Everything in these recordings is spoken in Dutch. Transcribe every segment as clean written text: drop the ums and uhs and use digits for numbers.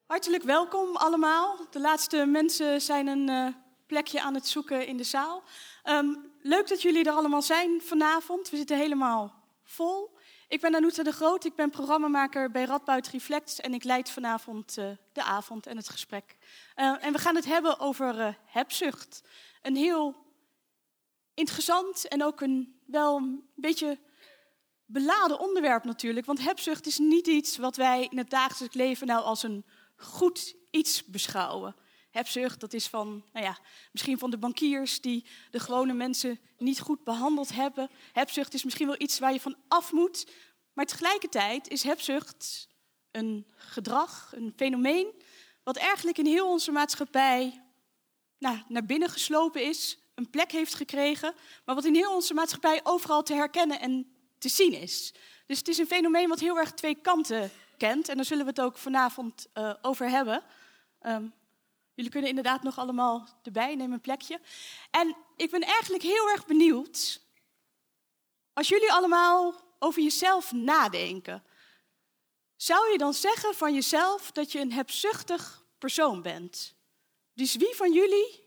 Hartelijk welkom allemaal. De laatste mensen zijn een plekje aan het zoeken in de zaal. Leuk dat jullie er allemaal zijn vanavond. We zitten helemaal vol. Ik ben Anoeta de Groot, ik ben programmamaker bij Radboud Reflects en ik leid vanavond de avond en het gesprek. En we gaan het hebben over hebzucht. Een heel interessant en ook wel een beetje beladen onderwerp natuurlijk. Want hebzucht is niet iets wat wij in het dagelijks leven nou als een goed iets beschouwen. Hebzucht, dat is van, misschien van de bankiers die de gewone mensen niet goed behandeld hebben. Hebzucht is misschien wel iets waar je van af moet. Maar tegelijkertijd is hebzucht een gedrag, een fenomeen, wat eigenlijk in heel onze maatschappij naar binnen geslopen is, een plek heeft gekregen, maar wat in heel onze maatschappij overal te herkennen en te zien is. Dus het is een fenomeen wat heel erg twee kanten kent. En daar zullen we het ook vanavond over hebben. Jullie kunnen inderdaad nog allemaal erbij, neem een plekje. En ik ben eigenlijk heel erg benieuwd, als jullie allemaal over jezelf nadenken, zou je dan zeggen van jezelf dat je een hebzuchtig persoon bent? Dus wie van jullie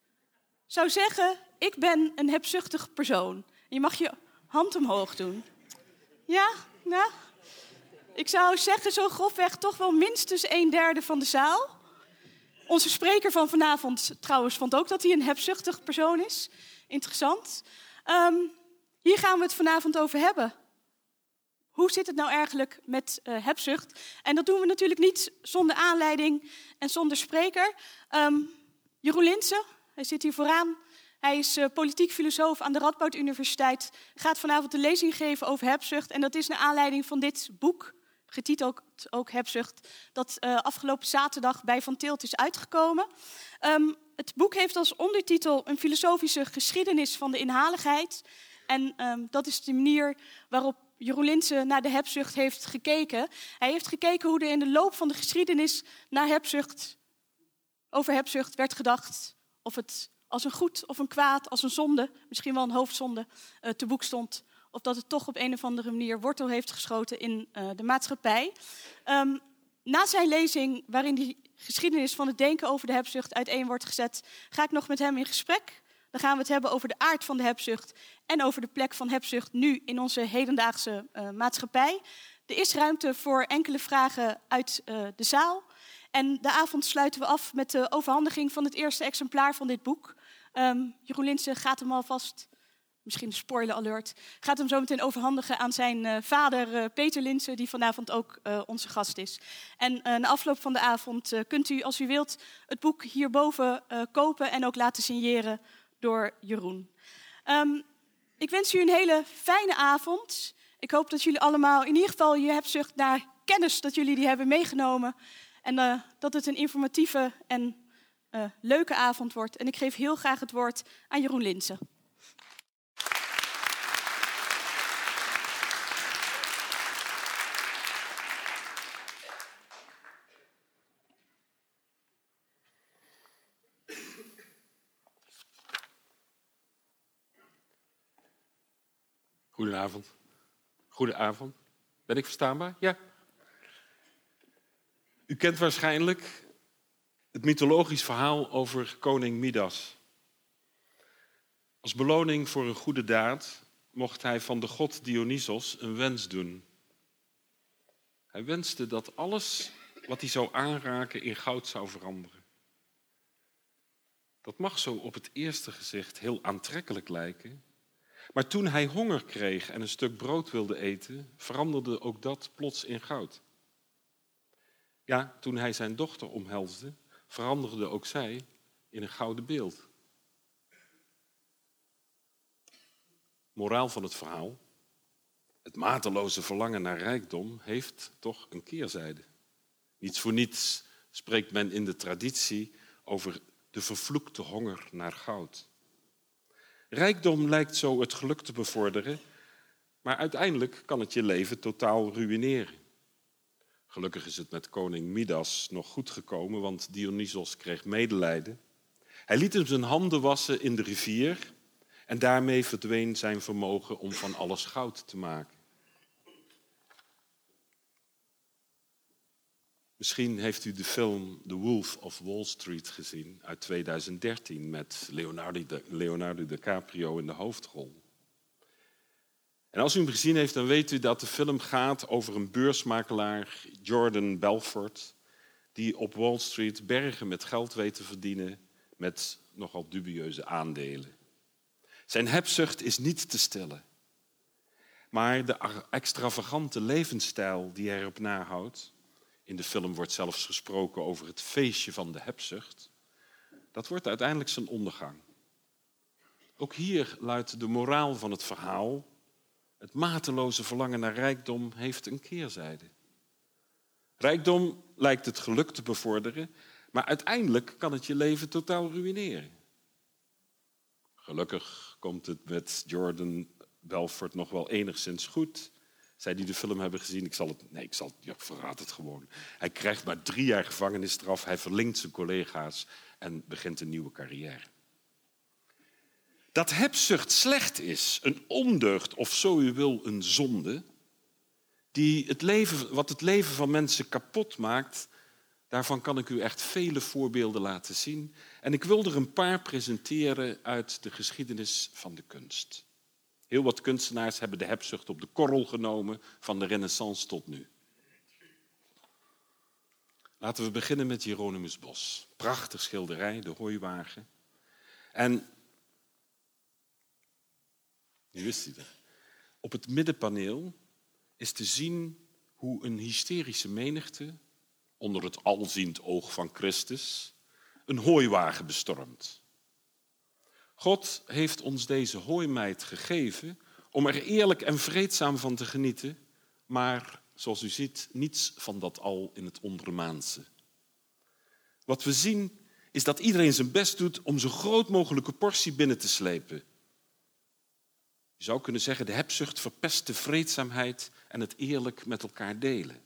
zou zeggen, ik ben een hebzuchtig persoon? Je mag je hand omhoog doen. Ja, nou, ik zou zeggen zo grofweg toch wel minstens 1/3 van de zaal. Onze spreker van vanavond trouwens vond ook dat hij een hebzuchtig persoon is. Interessant. Hier gaan we het vanavond over hebben. Hoe zit het nou eigenlijk met hebzucht? En dat doen we natuurlijk niet zonder aanleiding en zonder spreker. Jeroen Linssen, hij zit hier vooraan. Hij is politiek filosoof aan de Radboud Universiteit. Gaat vanavond een lezing geven over hebzucht. En dat is naar aanleiding van dit boek, getiteld ook Hebzucht, dat afgelopen zaterdag bij Van Tilt is uitgekomen. Het boek heeft als ondertitel een filosofische geschiedenis van de inhaligheid. En dat is de manier waarop Jeroen Linssen naar de hebzucht heeft gekeken. Hij heeft gekeken hoe er in de loop van de geschiedenis naar over hebzucht werd gedacht. Of het als een goed of een kwaad, als een zonde, misschien wel een hoofdzonde, te boek stond. Of dat het toch op een of andere manier wortel heeft geschoten in de maatschappij. Na zijn lezing, waarin die geschiedenis van het denken over de hebzucht uiteen wordt gezet, ga ik nog met hem in gesprek. Dan gaan we het hebben over de aard van de hebzucht en over de plek van hebzucht nu in onze hedendaagse maatschappij. Er is ruimte voor enkele vragen uit de zaal. En de avond sluiten we af met de overhandiging van het eerste exemplaar van dit boek. Jeroen Linssen gaat hem alvast, misschien een spoiler alert, gaat hem zo meteen overhandigen aan zijn vader Peter Linssen, die vanavond ook onze gast is. En na afloop van de avond kunt u, als u wilt, het boek hierboven kopen en ook laten signeren door Jeroen. Ik wens u een hele fijne avond. Ik hoop dat jullie allemaal in ieder geval je hebzucht naar kennis, dat jullie die hebben meegenomen. En dat het een informatieve en leuke avond wordt. En ik geef heel graag het woord aan Jeroen Linssen. Goedenavond. Goedenavond. Ben ik verstaanbaar? Ja. U kent waarschijnlijk het mythologisch verhaal over koning Midas. Als beloning voor een goede daad mocht hij van de god Dionysos een wens doen. Hij wenste dat alles wat hij zou aanraken in goud zou veranderen. Dat mag zo op het eerste gezicht heel aantrekkelijk lijken. Maar toen hij honger kreeg en een stuk brood wilde eten, veranderde ook dat plots in goud. Ja, toen hij zijn dochter omhelsde, veranderde ook zij in een gouden beeld. Moraal van het verhaal: het mateloze verlangen naar rijkdom heeft toch een keerzijde. Niets voor niets spreekt men in de traditie over de vervloekte honger naar goud. Rijkdom lijkt zo het geluk te bevorderen, maar uiteindelijk kan het je leven totaal ruïneren. Gelukkig is het met koning Midas nog goed gekomen, want Dionysos kreeg medelijden. Hij liet hem zijn handen wassen in de rivier en daarmee verdween zijn vermogen om van alles goud te maken. Misschien heeft u de film The Wolf of Wall Street gezien uit 2013 met Leonardo DiCaprio in de hoofdrol. En als u hem gezien heeft, dan weet u dat de film gaat over een beursmakelaar, Jordan Belfort, die op Wall Street bergen met geld weet te verdienen met nogal dubieuze aandelen. Zijn hebzucht is niet te stillen. Maar de extravagante levensstijl die hij erop nahoudt, in de film wordt zelfs gesproken over het feestje van de hebzucht, dat wordt uiteindelijk zijn ondergang. Ook hier luidt de moraal van het verhaal: het mateloze verlangen naar rijkdom heeft een keerzijde. Rijkdom lijkt het geluk te bevorderen, maar uiteindelijk kan het je leven totaal ruïneren. Gelukkig komt het met Jordan Belfort nog wel enigszins goed. Zij die de film hebben gezien, ik verraad het gewoon. Hij krijgt maar 3 jaar gevangenisstraf, hij verlinkt zijn collega's en begint een nieuwe carrière. Dat hebzucht slecht is, een ondeugd of zo u wil een zonde, wat het leven van mensen kapot maakt, daarvan kan ik u echt vele voorbeelden laten zien. En ik wil er een paar presenteren uit de geschiedenis van de kunst. Heel wat kunstenaars hebben de hebzucht op de korrel genomen van de Renaissance tot nu. Laten we beginnen met Hieronymus Bos. Prachtig schilderij, de hooiwagen. En nu is hij er. Op het middenpaneel is te zien hoe een hysterische menigte, onder het alziend oog van Christus, een hooiwagen bestormt. God heeft ons deze hooimeid gegeven om er eerlijk en vreedzaam van te genieten, maar, zoals u ziet, niets van dat al in het ondermaanse. Wat we zien is dat iedereen zijn best doet om zo groot mogelijke portie binnen te slepen. Je zou kunnen zeggen, de hebzucht verpest de vreedzaamheid en het eerlijk met elkaar delen.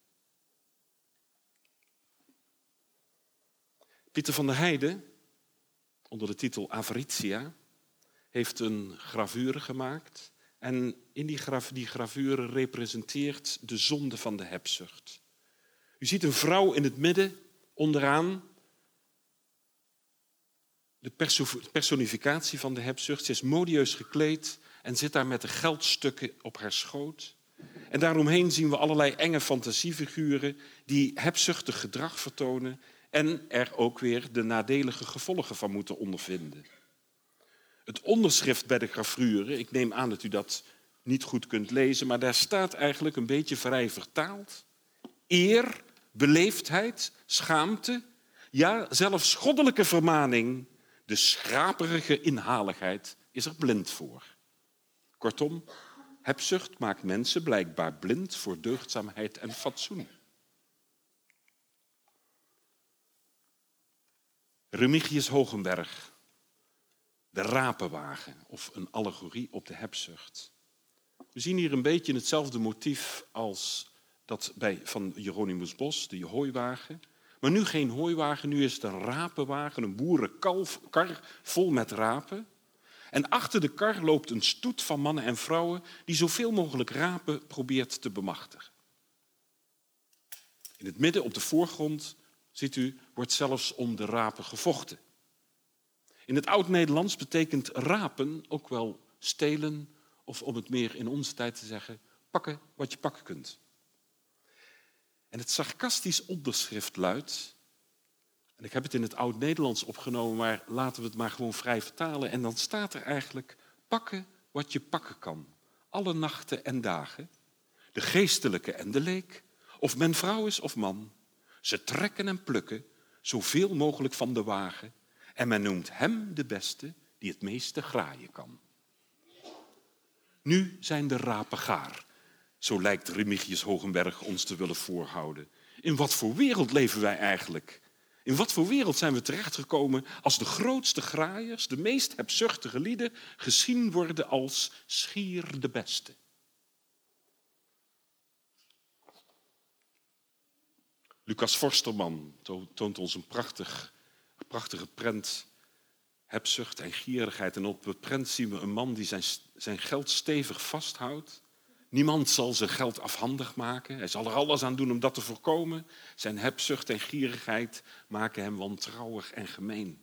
Pieter van der Heijden, onder de titel Avaritia, heeft een gravure gemaakt. En in die gravure representeert de zonde van de hebzucht. U ziet een vrouw in het midden, onderaan, de personificatie van de hebzucht. Ze is modieus gekleed en zit daar met de geldstukken op haar schoot. En daaromheen zien we allerlei enge fantasiefiguren die hebzuchtig gedrag vertonen en er ook weer de nadelige gevolgen van moeten ondervinden. Het onderschrift bij de gravure, ik neem aan dat u dat niet goed kunt lezen, maar daar staat eigenlijk een beetje vrij vertaald: eer, beleefdheid, schaamte, ja, zelfs goddelijke vermaning, de schraperige inhaligheid is er blind voor. Kortom, hebzucht maakt mensen blijkbaar blind voor deugdzaamheid en fatsoen. Remigius Hogenberg, de rapenwagen, of een allegorie op de hebzucht. We zien hier een beetje hetzelfde motief als dat van Hieronymus Bos, de hooiwagen. Maar nu geen hooiwagen, nu is het een rapenwagen, een boerenkar vol met rapen. En achter de kar loopt een stoet van mannen en vrouwen die zoveel mogelijk rapen probeert te bemachtigen. In het midden, op de voorgrond, ziet u, wordt zelfs om de rapen gevochten. In het Oud-Nederlands betekent rapen ook wel stelen, of om het meer in onze tijd te zeggen, pakken wat je pakken kunt. En het sarcastisch onderschrift luidt, en ik heb het in het Oud-Nederlands opgenomen, maar laten we het maar gewoon vrij vertalen. En dan staat er eigenlijk: pakken wat je pakken kan, alle nachten en dagen, de geestelijke en de leek, of men vrouw is of man. Ze trekken en plukken, zoveel mogelijk van de wagen, en men noemt hem de beste die het meeste graaien kan. Nu zijn de rapen gaar, zo lijkt Remigius Hogenberg ons te willen voorhouden. In wat voor wereld leven wij eigenlijk? In wat voor wereld zijn we terechtgekomen als de grootste graaiers, de meest hebzuchtige lieden, gezien worden als schier de beste? Lucas Forsterman toont ons een prachtige prent, hebzucht en gierigheid. En op de prent zien we een man die zijn geld stevig vasthoudt, Niemand zal zijn geld afhandig maken. Hij zal er alles aan doen om dat te voorkomen. Zijn hebzucht en gierigheid maken hem wantrouwig en gemeen.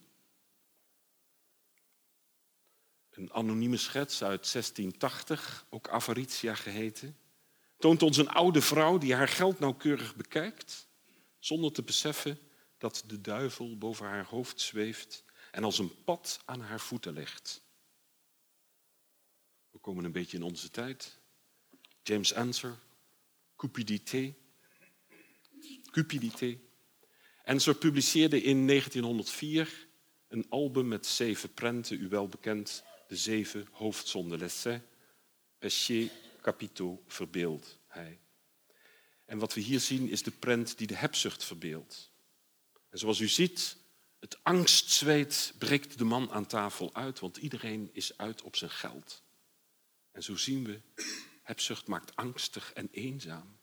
Een anonieme schets uit 1680, ook Avaritia geheten, toont ons een oude vrouw die haar geld nauwkeurig bekijkt, zonder te beseffen dat de duivel boven haar hoofd zweeft en als een pad aan haar voeten ligt. We komen een beetje in onze tijd. James Ensor, Cupidité. Ensor publiceerde in 1904 een album met 7 prenten, u wel bekend, de 7 hoofdzonden, les 7 péchés capitaux, verbeeldt hij. En wat we hier zien is de prent die de hebzucht verbeeldt. En zoals u ziet, het angstzweet breekt de man aan tafel uit, want iedereen is uit op zijn geld. En zo zien we, hebzucht maakt angstig en eenzaam.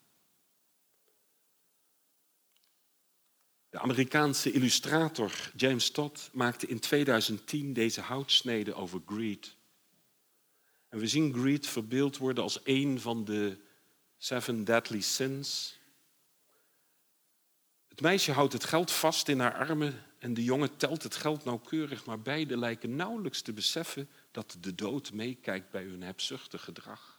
De Amerikaanse illustrator James Todd maakte in 2010 deze houtsnede over greed. En we zien greed verbeeld worden als een van de 7 deadly sins. Het meisje houdt het geld vast in haar armen en de jongen telt het geld nauwkeurig, maar beiden lijken nauwelijks te beseffen dat de dood meekijkt bij hun hebzuchtig gedrag.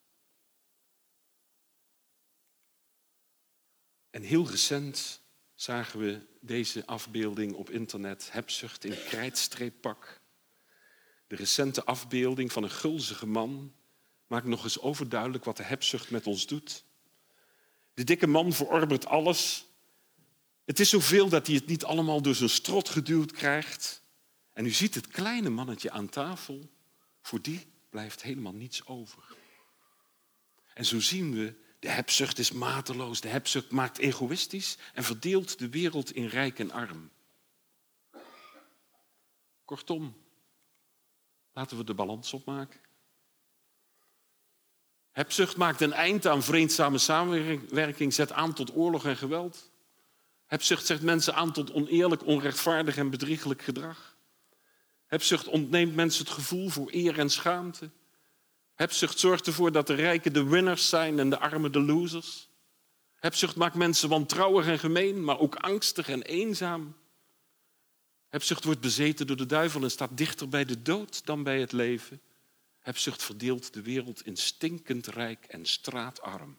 En heel recent zagen we deze afbeelding op internet, hebzucht in krijtstreeppak. De recente afbeelding van een gulzige man maakt nog eens overduidelijk wat de hebzucht met ons doet. De dikke man verorbert alles. Het is zoveel dat hij het niet allemaal door zijn strot geduwd krijgt. En u ziet het kleine mannetje aan tafel, voor die blijft helemaal niets over. En zo zien we, de hebzucht is mateloos, de hebzucht maakt egoïstisch en verdeelt de wereld in rijk en arm. Kortom, laten we de balans opmaken. Hebzucht maakt een eind aan vreedzame samenwerking, zet aan tot oorlog en geweld. Hebzucht zet mensen aan tot oneerlijk, onrechtvaardig en bedrieglijk gedrag. Hebzucht ontneemt mensen het gevoel voor eer en schaamte. Hebzucht zorgt ervoor dat de rijken de winners zijn en de armen de losers. Hebzucht maakt mensen wantrouwig en gemeen, maar ook angstig en eenzaam. Hebzucht wordt bezeten door de duivel en staat dichter bij de dood dan bij het leven. Hebzucht verdeelt de wereld in stinkend rijk en straatarm.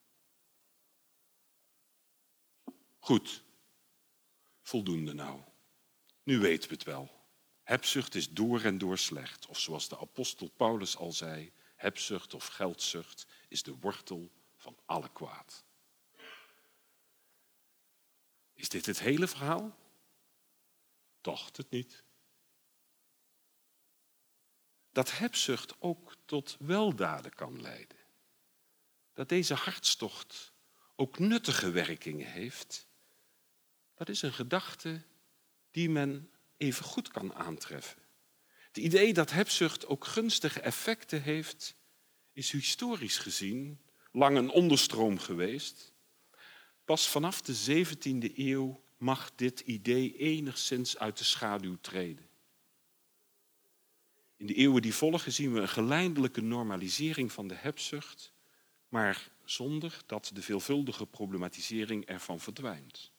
Goed, voldoende nou. Nu weten we het wel. Hebzucht is door en door slecht. Of zoals de apostel Paulus al zei, hebzucht of geldzucht is de wortel van alle kwaad. Is dit het hele verhaal? Dacht het niet. Dat hebzucht ook tot weldaden kan leiden. Dat deze hartstocht ook nuttige werkingen heeft. Dat is een gedachte die men even goed kan aantreffen. Het idee dat hebzucht ook gunstige effecten heeft, is historisch gezien lang een onderstroom geweest. Pas vanaf de 17e eeuw mag dit idee enigszins uit de schaduw treden. In de eeuwen die volgen zien we een geleidelijke normalisering van de hebzucht, maar zonder dat de veelvuldige problematisering ervan verdwijnt.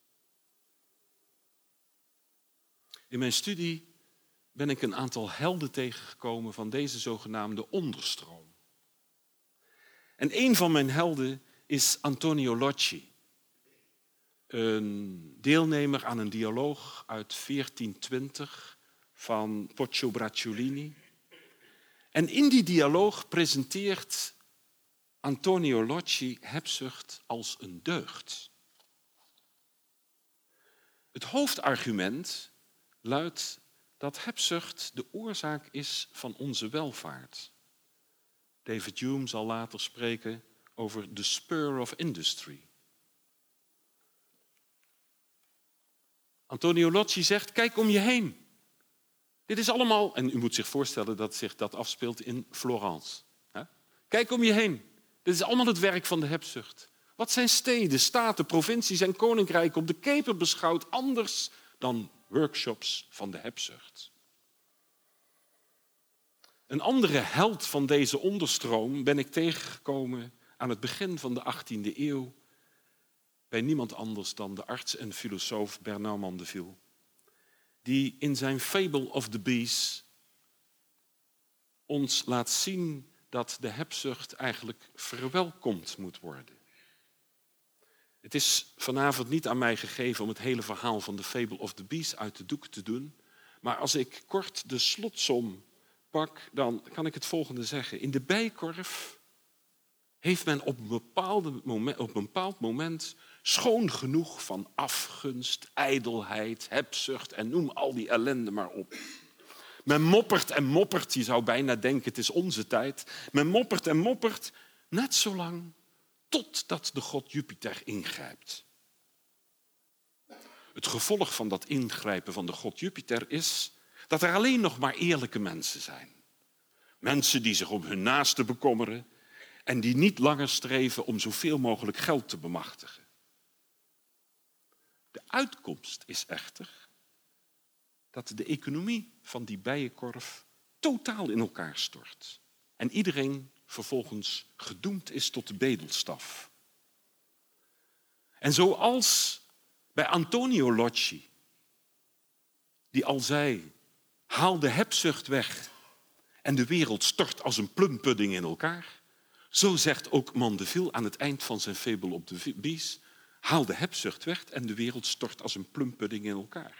In mijn studie ben ik een aantal helden tegengekomen van deze zogenaamde onderstroom. En een van mijn helden is Antonio Locci, een deelnemer aan een dialoog uit 1420 van Poggio Bracciolini. En in die dialoog presenteert Antonio Locci hebzucht als een deugd. Het hoofdargument luidt dat hebzucht de oorzaak is van onze welvaart. David Hume zal later spreken over the spur of industry. Antonio Locci zegt, kijk om je heen. Dit is allemaal, en u moet zich voorstellen dat zich dat afspeelt in Florence. Kijk om je heen. Dit is allemaal het werk van de hebzucht. Wat zijn steden, staten, provincies en koninkrijken op de keper beschouwd anders dan workshops van de hebzucht? Een andere held van deze onderstroom ben ik tegengekomen aan het begin van de 18e eeuw bij niemand anders dan de arts en filosoof Bernard Mandeville, die in zijn Fable of the Beast ons laat zien dat de hebzucht eigenlijk verwelkomd moet worden. Het is vanavond niet aan mij gegeven om het hele verhaal van de Fable of the Beast uit de doek te doen, maar als ik kort de slotsom pak, dan kan ik het volgende zeggen. In de Bijenkorf heeft men op een bepaald moment schoon genoeg van afgunst, ijdelheid, hebzucht en noem al die ellende maar op. Men moppert en moppert, je zou bijna denken het is onze tijd. Men moppert en moppert net zolang totdat de god Jupiter ingrijpt. Het gevolg van dat ingrijpen van de god Jupiter is dat er alleen nog maar eerlijke mensen zijn. Mensen die zich om hun naaste bekommeren en die niet langer streven om zoveel mogelijk geld te bemachtigen. De uitkomst is echter dat de economie van die bijenkorf totaal in elkaar stort. En iedereen vervolgens gedoemd is tot de bedelstaf. En zoals bij Antonio Locci, die al zei, haal de hebzucht weg en de wereld stort als een plumpudding in elkaar. Zo zegt ook Mandeville aan het eind van zijn Fable op de Beast, haal de hebzucht weg en de wereld stort als een plumpudding in elkaar.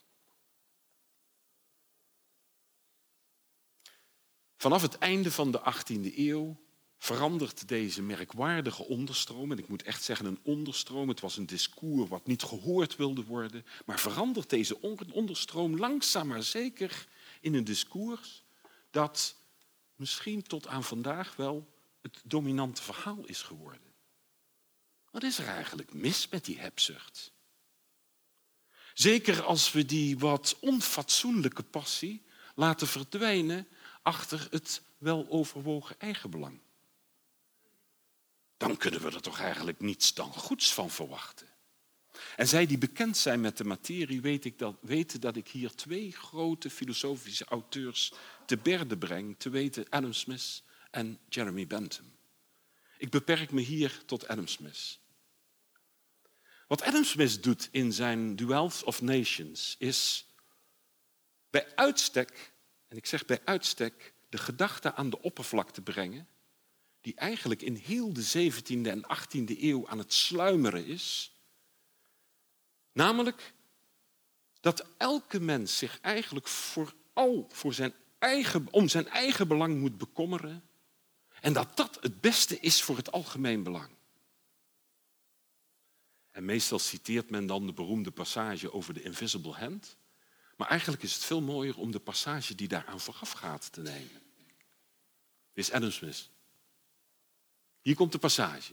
Vanaf het einde van de 18e eeuw verandert deze merkwaardige onderstroom, en ik moet echt zeggen een onderstroom, het was een discours wat niet gehoord wilde worden, maar verandert deze onderstroom langzaam maar zeker in een discours dat misschien tot aan vandaag wel het dominante verhaal is geworden. Wat is er eigenlijk mis met die hebzucht? Zeker als we die wat onfatsoenlijke passie laten verdwijnen achter het weloverwogen eigenbelang. Dan kunnen we er toch eigenlijk niets dan goeds van verwachten. En zij die bekend zijn met de materie weten dat ik hier twee grote filosofische auteurs te berde breng, te weten Adam Smith en Jeremy Bentham. Ik beperk me hier tot Adam Smith. Wat Adam Smith doet in zijn The Wealth of Nations is bij uitstek, en ik zeg bij uitstek, de gedachte aan de oppervlakte brengen, die eigenlijk in heel de 17e en 18e eeuw aan het sluimeren is. Namelijk dat elke mens zich eigenlijk vooral om zijn eigen belang moet bekommeren en dat dat het beste is voor het algemeen belang. En meestal citeert men dan de beroemde passage over de invisible hand, maar eigenlijk is het veel mooier om de passage die daaraan vooraf gaat te nemen. Dit is Adam Smith. Hier komt de passage.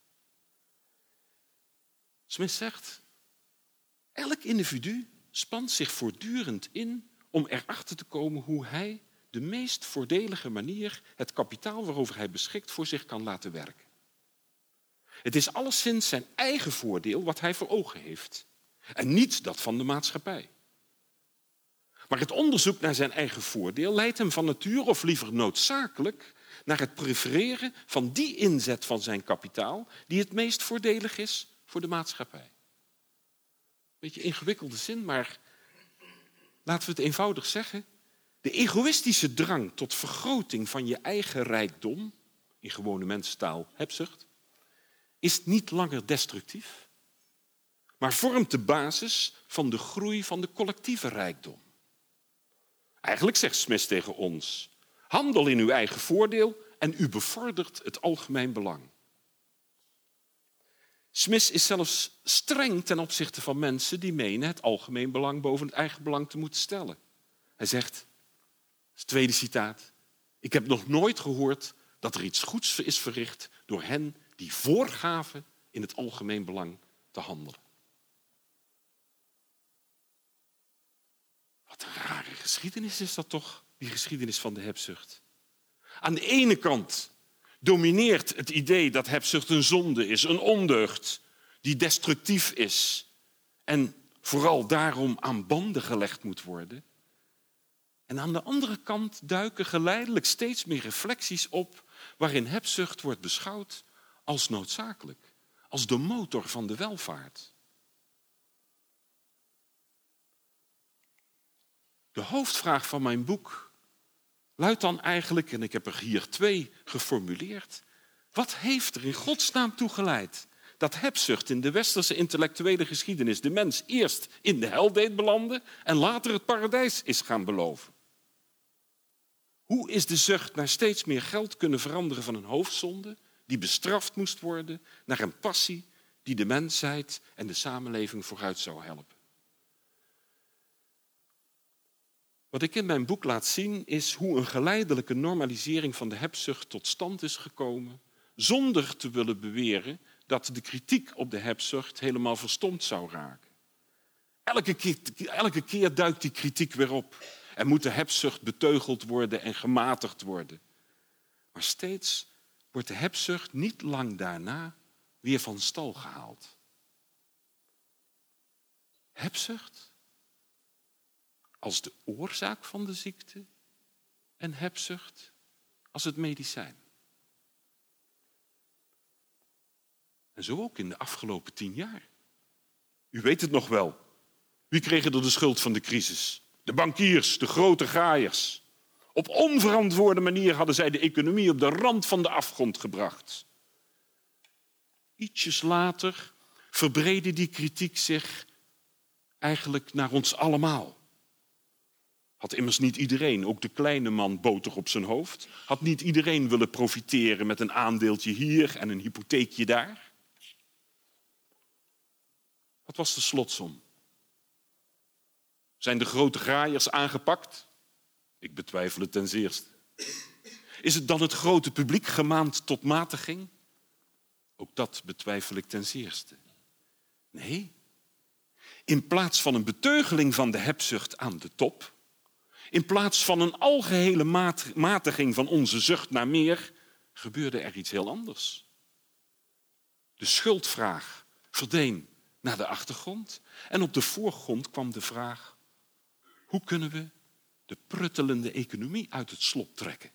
Smith zegt, elk individu spant zich voortdurend in om erachter te komen hoe hij de meest voordelige manier het kapitaal waarover hij beschikt voor zich kan laten werken. Het is alleszins zijn eigen voordeel wat hij voor ogen heeft en niet dat van de maatschappij. Maar het onderzoek naar zijn eigen voordeel leidt hem van nature, of liever noodzakelijk, naar het prefereren van die inzet van zijn kapitaal die het meest voordelig is voor de maatschappij. Beetje ingewikkelde zin, maar laten we het eenvoudig zeggen. De egoïstische drang tot vergroting van je eigen rijkdom, in gewone mensentaal hebzucht, is niet langer destructief, maar vormt de basis van de groei van de collectieve rijkdom. Eigenlijk zegt Smith tegen ons, handel in uw eigen voordeel en u bevordert het algemeen belang. Smith is zelfs streng ten opzichte van mensen die menen het algemeen belang boven het eigen belang te moeten stellen. Hij zegt, het tweede citaat, ik heb nog nooit gehoord dat er iets goeds is verricht door hen die voorgaven in het algemeen belang te handelen. Wat een rare geschiedenis is dat toch, die geschiedenis van de hebzucht. Aan de ene kant domineert het idee dat hebzucht een zonde is, een ondeugd die destructief is en vooral daarom aan banden gelegd moet worden. En aan de andere kant duiken geleidelijk steeds meer reflecties op waarin hebzucht wordt beschouwd als noodzakelijk, als de motor van de welvaart. De hoofdvraag van mijn boek luidt dan eigenlijk, en ik heb er hier 2 geformuleerd, wat heeft er in godsnaam toe geleid dat hebzucht in de westerse intellectuele geschiedenis de mens eerst in de hel deed belanden en later het paradijs is gaan beloven? Hoe is de zucht naar steeds meer geld kunnen veranderen van een hoofdzonde die bestraft moest worden naar een passie die de mensheid en de samenleving vooruit zou helpen? Wat ik in mijn boek laat zien is hoe een geleidelijke normalisering van de hebzucht tot stand is gekomen, zonder te willen beweren dat de kritiek op de hebzucht helemaal verstomd zou raken. Elke keer duikt die kritiek weer op. Er moet de hebzucht beteugeld worden en gematigd worden. Maar steeds wordt de hebzucht niet lang daarna weer van stal gehaald. Hebzucht als de oorzaak van de ziekte en hebzucht als het medicijn. En zo ook in de afgelopen 10 jaar. U weet het nog wel. Wie kregen er de schuld van de crisis? De bankiers, de grote graaiers. Op onverantwoorde manier hadden zij de economie op de rand van de afgrond gebracht. Ietsjes later verbreedde die kritiek zich eigenlijk naar ons allemaal. Had immers niet iedereen, ook de kleine man, boter op zijn hoofd? Had niet iedereen willen profiteren met een aandeeltje hier en een hypotheekje daar? Wat was de slotsom? Zijn de grote graaiers aangepakt? Ik betwijfel het ten zeerste. Is het dan het grote publiek gemaand tot matiging? Ook dat betwijfel ik ten zeerste. Nee. In plaats van een beteugeling van de hebzucht aan de top, in plaats van een algehele matiging van onze zucht naar meer, gebeurde er iets heel anders. De schuldvraag verdween naar de achtergrond en op de voorgrond kwam de vraag: hoe kunnen we de pruttelende economie uit het slop trekken?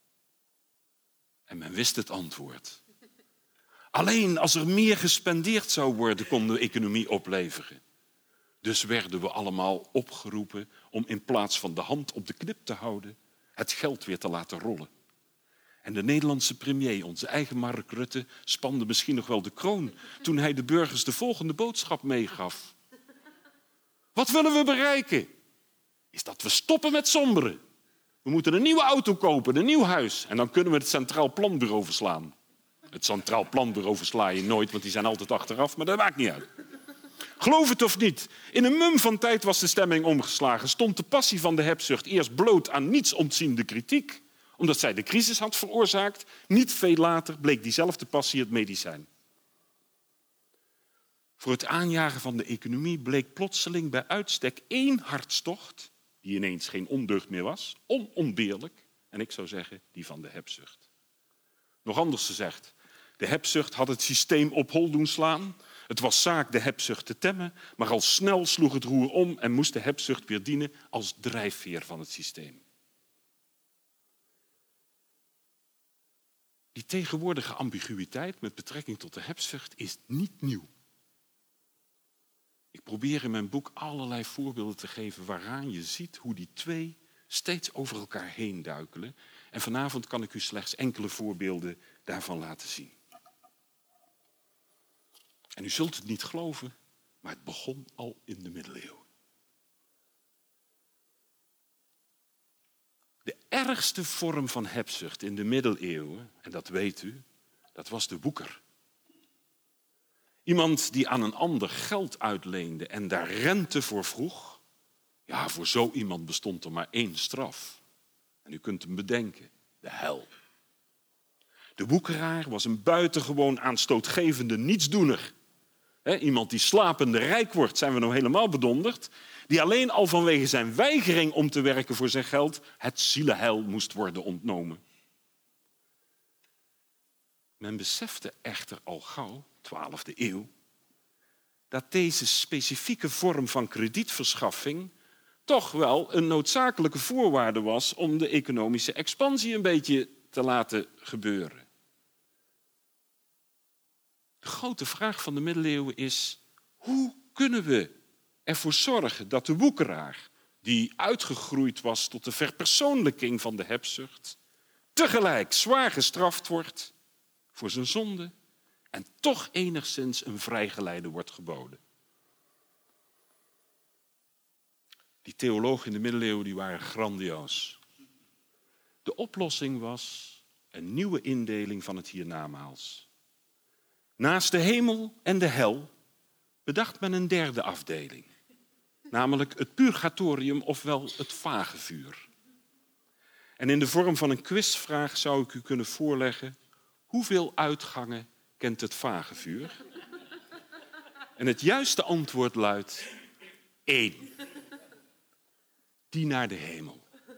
En men wist het antwoord. Alleen als er meer gespendeerd zou worden, kon de economie opleveren. Dus werden we allemaal opgeroepen om in plaats van de hand op de knip te houden, het geld weer te laten rollen. En de Nederlandse premier, onze eigen Mark Rutte, spande misschien nog wel de kroon toen hij de burgers de volgende boodschap meegaf. Wat willen we bereiken? Is dat we stoppen met somberen. We moeten een nieuwe auto kopen, een nieuw huis. En dan kunnen we het Centraal Planbureau verslaan. Het Centraal Planbureau versla je nooit, want die zijn altijd achteraf, maar dat maakt niet uit. Geloof het of niet, in een mum van tijd was de stemming omgeslagen. Stond de passie van de hebzucht eerst bloot aan niets ontziende kritiek, omdat zij de crisis had veroorzaakt. Niet veel later bleek diezelfde passie het medicijn. Voor het aanjagen van de economie bleek plotseling bij uitstek 1 hartstocht, die ineens geen ondeugd meer was, onontbeerlijk, en ik zou zeggen die van de hebzucht. Nog anders gezegd, de hebzucht had het systeem op hol doen slaan. Het was zaak de hebzucht te temmen, maar al snel sloeg het roer om en moest de hebzucht weer dienen als drijfveer van het systeem. Die tegenwoordige ambiguïteit met betrekking tot de hebzucht is niet nieuw. Ik probeer in mijn boek allerlei voorbeelden te geven waaraan je ziet hoe die 2 steeds over elkaar heen duikelen. En vanavond kan ik u slechts enkele voorbeelden daarvan laten zien. En u zult het niet geloven, maar het begon al in de middeleeuwen. De ergste vorm van hebzucht in de middeleeuwen, en dat weet u, dat was de woeker. Iemand die aan een ander geld uitleende en daar rente voor vroeg. Ja, voor zo iemand bestond er maar 1 straf. En u kunt hem bedenken, de hel. De woekeraar was een buitengewoon aanstootgevende nietsdoener. Iemand die slapende rijk wordt, zijn we nou helemaal bedonderd. Die alleen al vanwege zijn weigering om te werken voor zijn geld het zielenheil moest worden ontnomen. Men besefte echter al gauw, 12e eeuw, dat deze specifieke vorm van kredietverschaffing toch wel een noodzakelijke voorwaarde was om de economische expansie een beetje te laten gebeuren. De grote vraag van de middeleeuwen is: hoe kunnen we ervoor zorgen dat de woekeraar, die uitgegroeid was tot de verpersoonlijking van de hebzucht, tegelijk zwaar gestraft wordt voor zijn zonde en toch enigszins een vrijgeleide wordt geboden? Die theologen in de middeleeuwen die waren grandioos. De oplossing was een nieuwe indeling van het hiernamaals. Naast de hemel en de hel bedacht men een derde afdeling. Namelijk het purgatorium, ofwel het vagevuur. En in de vorm van een quizvraag zou ik u kunnen voorleggen: hoeveel uitgangen kent het vagevuur? En het juiste antwoord luidt 1. Die naar de hemel.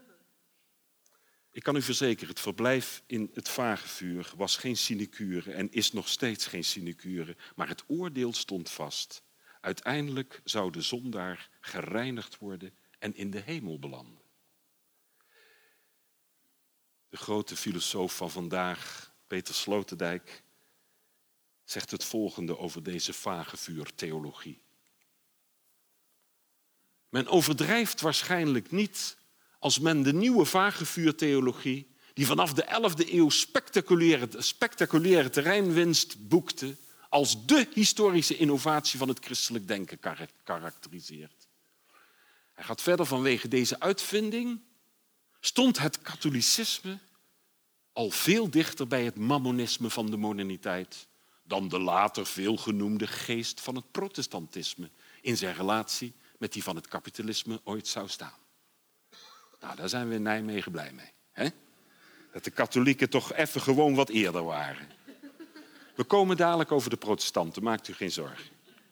Ik kan u verzekeren, het verblijf in het vagevuur was geen sinecure en is nog steeds geen sinecure, maar het oordeel stond vast. Uiteindelijk zou de zondaar gereinigd worden en in de hemel belanden. De grote filosoof van vandaag, Peter Sloterdijk, zegt het volgende over deze vagevuurtheologie. Men overdrijft waarschijnlijk niet als men de nieuwe vagevuurtheologie, die vanaf de 11e eeuw spectaculaire terreinwinst boekte, als de historische innovatie van het christelijk denken karakteriseert. Hij gaat verder: vanwege deze uitvinding stond het katholicisme al veel dichter bij het mammonisme van de moderniteit dan de later veelgenoemde geest van het protestantisme in zijn relatie met die van het kapitalisme ooit zou staan. Nou, daar zijn we in Nijmegen blij mee. Hè? Dat de katholieken toch even gewoon wat eerder waren. We komen dadelijk over de protestanten, maakt u geen zorgen.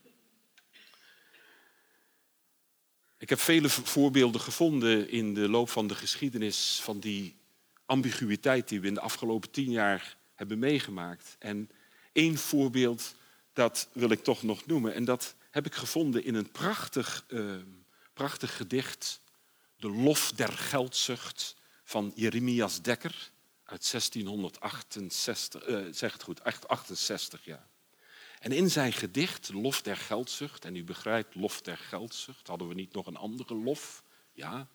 Ik heb vele voorbeelden gevonden in de loop van de geschiedenis van die ambiguïteit die we in de afgelopen 10 jaar hebben meegemaakt. En 1 voorbeeld, dat wil ik toch nog noemen. En dat heb ik gevonden in een prachtig gedicht, De Lof der Geldzucht, van Jeremias Dekker uit 1668, zeg het goed, 68 jaar. En in zijn gedicht, Lof der Geldzucht, en u begrijpt, Lof der Geldzucht, hadden we niet nog een andere lof? Ja,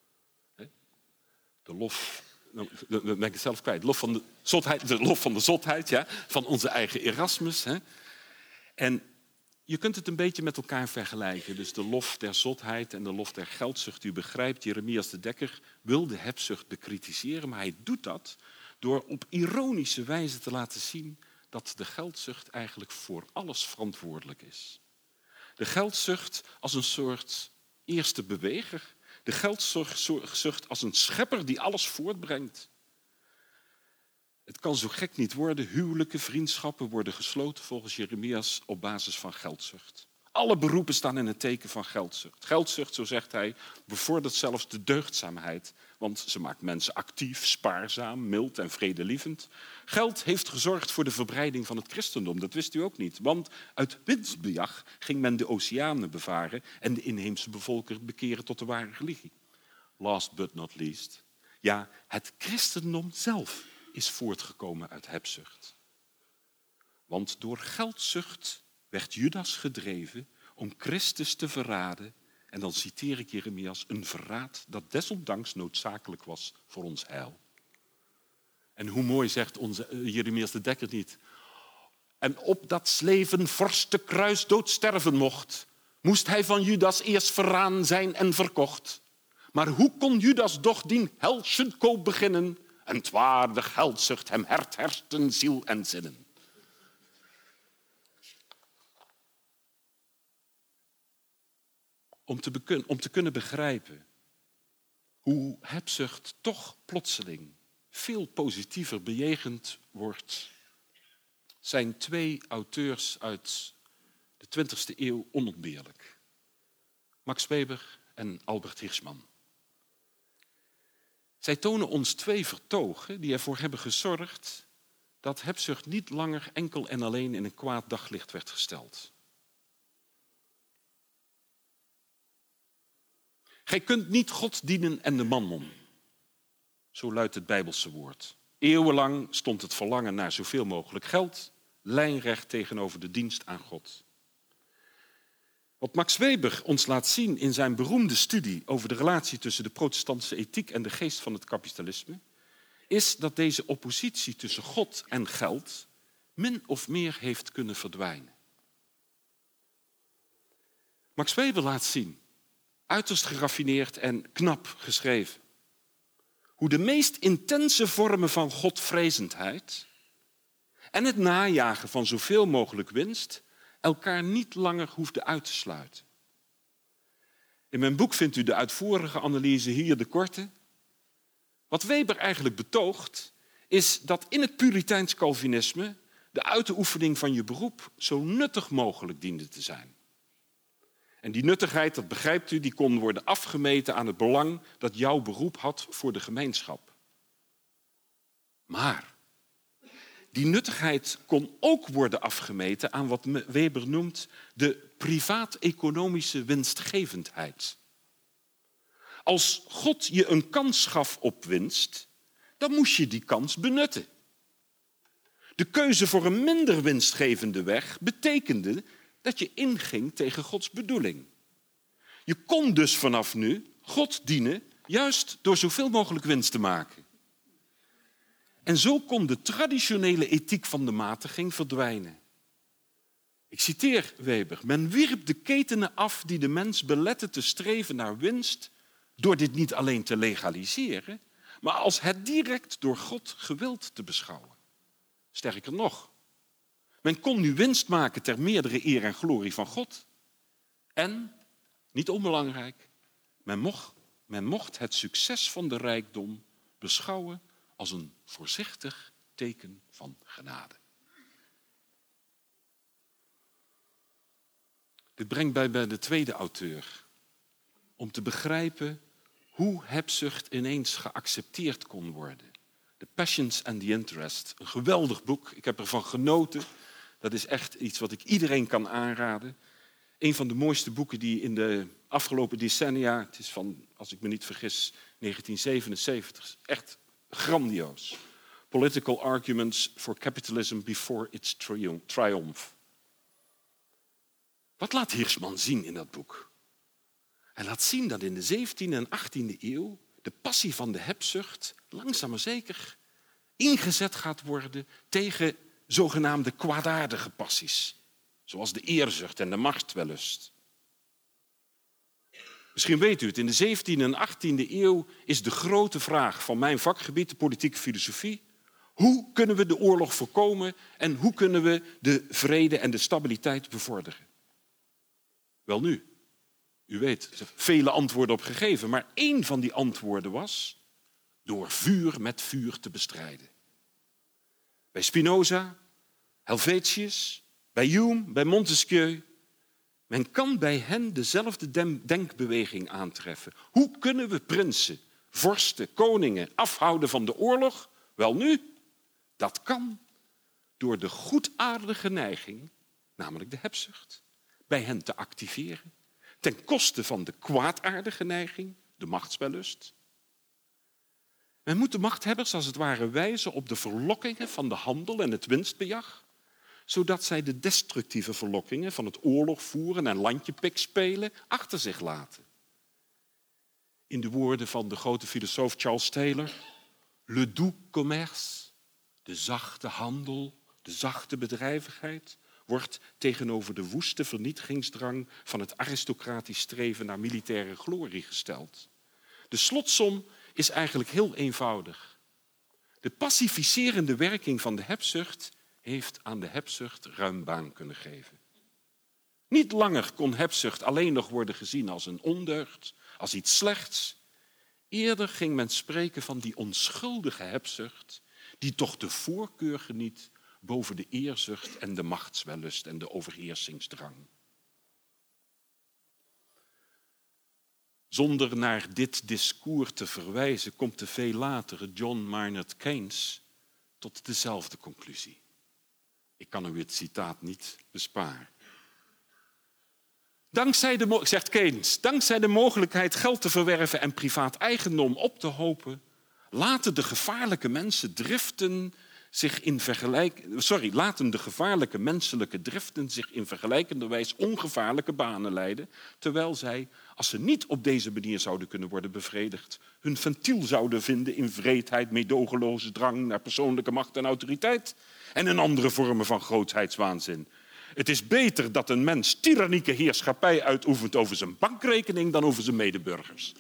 de lof, nou, dat ben ik zelf kwijt, lof van de zotheid, ja, van onze eigen Erasmus. Hè. En je kunt het een beetje met elkaar vergelijken. Dus de lof der zotheid en de lof der geldzucht. U begrijpt, Jeremias de Dekker wil de hebzucht bekritiseren, maar hij doet dat door op ironische wijze te laten zien dat de geldzucht eigenlijk voor alles verantwoordelijk is. De geldzucht als een soort eerste beweger. De geldzucht als een schepper die alles voortbrengt. Het kan zo gek niet worden. Huwelijken, vriendschappen worden gesloten volgens Jeremias op basis van geldzucht. Alle beroepen staan in het teken van geldzucht. Geldzucht, zo zegt hij, bevordert zelfs de deugdzaamheid. Want ze maakt mensen actief, spaarzaam, mild en vredelievend. Geld heeft gezorgd voor de verbreiding van het christendom. Dat wist u ook niet. Want uit winstbejag ging men de oceanen bevaren en de inheemse bevolking bekeren tot de ware religie. Last but not least. Ja, het christendom zelf is voortgekomen uit hebzucht. Want door geldzucht werd Judas gedreven om Christus te verraden. En dan citeer ik Jeremias, een verraad dat desondanks noodzakelijk was voor ons heil. En hoe mooi zegt Jeremias de Dekker niet. En op dat sleven vorste kruisdood sterven mocht, moest hij van Judas eerst verraan zijn en verkocht. Maar hoe kon Judas doch dien helschen koop beginnen? En 'twaar de geldzucht hem herten ziel en zinnen. Om te kunnen begrijpen hoe hebzucht toch plotseling veel positiever bejegend wordt, zijn 2 auteurs uit de 20e eeuw onontbeerlijk. Max Weber en Albert Hirschman. Zij tonen ons 2 vertogen die ervoor hebben gezorgd dat hebzucht niet langer enkel en alleen in een kwaad daglicht werd gesteld. Gij kunt niet God dienen en de mammon. Zo luidt het Bijbelse woord. Eeuwenlang stond het verlangen naar zoveel mogelijk geld lijnrecht tegenover de dienst aan God. Wat Max Weber ons laat zien in zijn beroemde studie over de relatie tussen de protestantse ethiek en de geest van het kapitalisme, is dat deze oppositie tussen God en geld min of meer heeft kunnen verdwijnen. Max Weber laat zien, uiterst geraffineerd en knap geschreven, hoe de meest intense vormen van godvrezendheid en het najagen van zoveel mogelijk winst elkaar niet langer hoefden uit te sluiten. In mijn boek vindt u de uitvoerige analyse, hier de korte. Wat Weber eigenlijk betoogt, is dat in het Puriteins Calvinisme de uitoefening van je beroep zo nuttig mogelijk diende te zijn. En die nuttigheid, dat begrijpt u, die kon worden afgemeten aan het belang dat jouw beroep had voor de gemeenschap. Maar die nuttigheid kon ook worden afgemeten aan wat Weber noemt de privaat-economische winstgevendheid. Als God je een kans gaf op winst, dan moest je die kans benutten. De keuze voor een minder winstgevende weg betekende dat je inging tegen Gods bedoeling. Je kon dus vanaf nu God dienen, juist door zoveel mogelijk winst te maken. En zo kon de traditionele ethiek van de matiging verdwijnen. Ik citeer Weber. Men wierp de ketenen af die de mens beletten te streven naar winst door dit niet alleen te legaliseren, maar als het direct door God gewild te beschouwen. Sterker nog, men kon nu winst maken ter meerdere eer en glorie van God. En, niet onbelangrijk, men mocht het succes van de rijkdom beschouwen als een voorzichtig teken van genade. Dit brengt mij bij de tweede auteur. Om te begrijpen hoe hebzucht ineens geaccepteerd kon worden. The Passions and the Interest. Een geweldig boek. Ik heb ervan genoten. Dat is echt iets wat ik iedereen kan aanraden. Een van de mooiste boeken die in de afgelopen decennia, het is van, als ik me niet vergis, 1977, echt grandioos. Political Arguments for Capitalism Before Its Triumph. Wat laat Hirschman zien in dat boek? Hij laat zien dat in de 17e en 18e eeuw de passie van de hebzucht langzaam maar zeker ingezet gaat worden tegen zogenaamde kwaadaardige passies. Zoals de eerzucht en de machtswellust. Misschien weet u het, in de 17e en 18e eeuw is de grote vraag van mijn vakgebied, de politieke filosofie, hoe kunnen we de oorlog voorkomen en hoe kunnen we de vrede en de stabiliteit bevorderen? Welnu, u weet, er zijn vele antwoorden op gegeven, maar één van die antwoorden was door vuur met vuur te bestrijden. Bij Spinoza, Helvetius, bij Hume, bij Montesquieu. Men kan bij hen dezelfde denkbeweging aantreffen. Hoe kunnen we prinsen, vorsten, koningen afhouden van de oorlog? Welnu, dat kan door de goedaardige neiging, namelijk de hebzucht, bij hen te activeren. Ten koste van de kwaadaardige neiging, de machtswellust. Men moet de machthebbers als het ware wijzen op de verlokkingen van de handel en het winstbejag, zodat zij de destructieve verlokkingen van het oorlog voeren en landjepik spelen achter zich laten. In de woorden van de grote filosoof Charles Taylor, le doux commerce, de zachte handel, de zachte bedrijvigheid, wordt tegenover de woeste vernietigingsdrang van het aristocratisch streven naar militaire glorie gesteld. De slotsom is eigenlijk heel eenvoudig. De pacificerende werking van de hebzucht heeft aan de hebzucht ruim baan kunnen geven. Niet langer kon hebzucht alleen nog worden gezien als een ondeugd, als iets slechts. Eerder ging men spreken van die onschuldige hebzucht die toch de voorkeur geniet boven de eerzucht en de machtswellust en de overheersingsdrang. Zonder naar dit discours te verwijzen komt de veel latere John Maynard Keynes tot dezelfde conclusie. Ik kan u het citaat niet besparen. Zegt Keynes, dankzij de mogelijkheid geld te verwerven en privaat eigendom op te hopen, laten de gevaarlijke menselijke driften zich in vergelijkende wijs ongevaarlijke banen leiden, terwijl zij, als ze niet op deze manier zouden kunnen worden bevredigd, hun ventiel zouden vinden in wreedheid, meedogenloze drang naar persoonlijke macht en autoriteit en in andere vormen van grootheidswaanzin. Het is beter dat een mens tirannieke heerschappij uitoefent over zijn bankrekening dan over zijn medeburgers.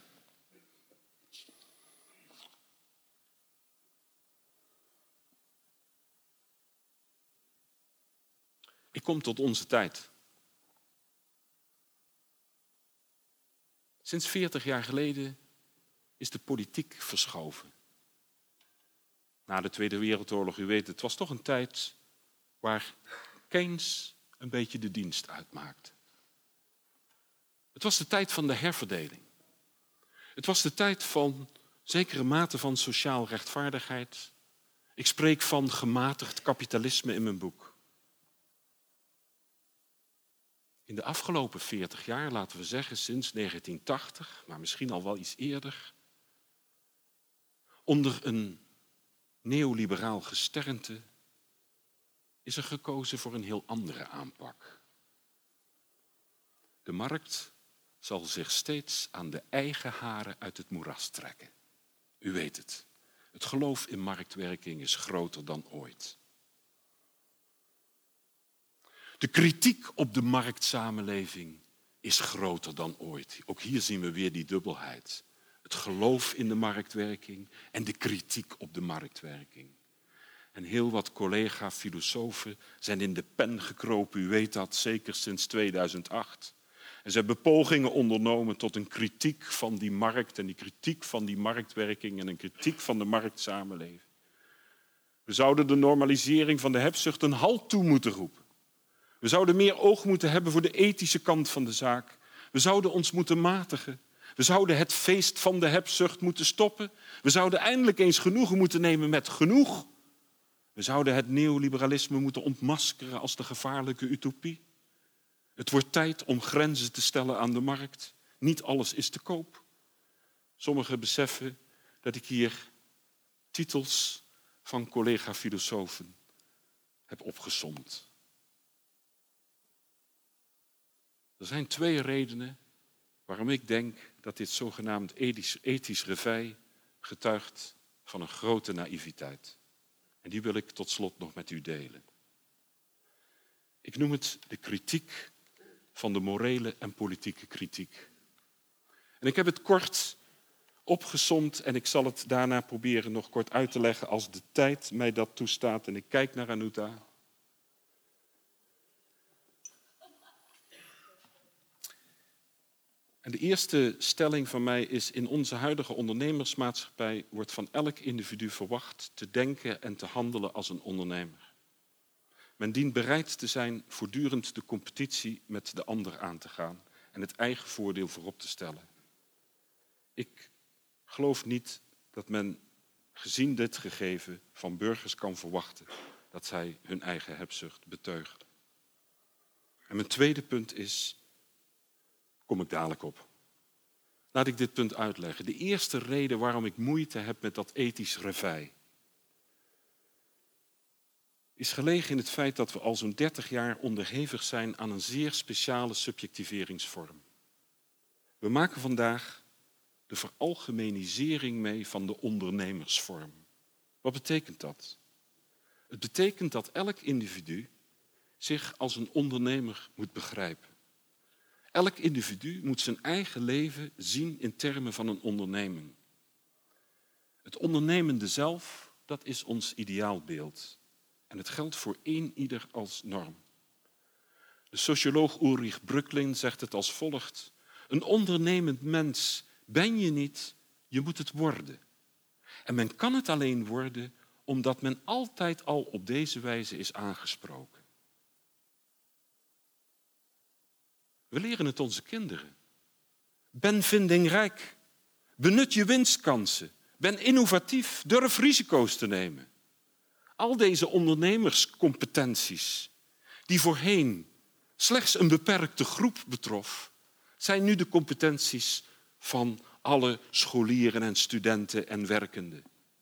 Ik kom tot onze tijd. Sinds 40 jaar geleden is de politiek verschoven. Na de Tweede Wereldoorlog, u weet, het was toch een tijd waar Keynes een beetje de dienst uitmaakte. Het was de tijd van de herverdeling. Het was de tijd van zekere mate van sociaal rechtvaardigheid. Ik spreek van gematigd kapitalisme in mijn boek. In de afgelopen 40 jaar, laten we zeggen sinds 1980, maar misschien al wel iets eerder, onder een neoliberaal gesternte is er gekozen voor een heel andere aanpak. De markt zal zich steeds aan de eigen haren uit het moeras trekken. U weet het. Het geloof in marktwerking is groter dan ooit. De kritiek op de marktsamenleving is groter dan ooit. Ook hier zien we weer die dubbelheid. Het geloof in de marktwerking en de kritiek op de marktwerking. En heel wat collega-filosofen zijn in de pen gekropen, u weet dat, zeker sinds 2008. En ze hebben pogingen ondernomen tot een kritiek van die markt en die kritiek van die marktwerking en een kritiek van de marktsamenleving. We zouden de normalisering van de hebzucht een halt toe moeten roepen. We zouden meer oog moeten hebben voor de ethische kant van de zaak. We zouden ons moeten matigen. We zouden het feest van de hebzucht moeten stoppen. We zouden eindelijk eens genoegen moeten nemen met genoeg. We zouden het neoliberalisme moeten ontmaskeren als de gevaarlijke utopie. Het wordt tijd om grenzen te stellen aan de markt. Niet alles is te koop. Sommigen beseffen dat ik hier titels van collega-filosofen heb opgesomd. Er zijn 2 redenen waarom ik denk dat dit zogenaamd ethisch reveil getuigt van een grote naïviteit. En die wil ik tot slot nog met u delen. Ik noem het de kritiek van de morele en politieke kritiek. En ik heb het kort opgesomd en ik zal het daarna proberen nog kort uit te leggen als de tijd mij dat toestaat. En ik kijk naar Anouta. En de eerste stelling van mij is: in onze huidige ondernemersmaatschappij wordt van elk individu verwacht te denken en te handelen als een ondernemer. Men dient bereid te zijn voortdurend de competitie met de ander aan te gaan en het eigen voordeel voorop te stellen. Ik geloof niet dat men, gezien dit gegeven, van burgers kan verwachten dat zij hun eigen hebzucht beteugelen. En mijn tweede punt is, kom ik dadelijk op. Laat ik dit punt uitleggen. De eerste reden waarom ik moeite heb met dat ethisch reveil is gelegen in het feit dat we al zo'n 30 jaar onderhevig zijn aan een zeer speciale subjectiveringsvorm. We maken vandaag de veralgemenisering mee van de ondernemersvorm. Wat betekent dat? Het betekent dat elk individu zich als een ondernemer moet begrijpen. Elk individu moet zijn eigen leven zien in termen van een onderneming. Het ondernemende zelf, dat is ons ideaalbeeld. En het geldt voor ieder als norm. De socioloog Ulrich Brücklin zegt het als volgt: een ondernemend mens ben je niet, je moet het worden. En men kan het alleen worden omdat men altijd al op deze wijze is aangesproken. We leren het onze kinderen. Ben vindingrijk. Benut je winstkansen. Ben innovatief. Durf risico's te nemen. Al deze ondernemerscompetenties die voorheen slechts een beperkte groep betrof, zijn nu de competenties van alle scholieren en studenten en werkenden.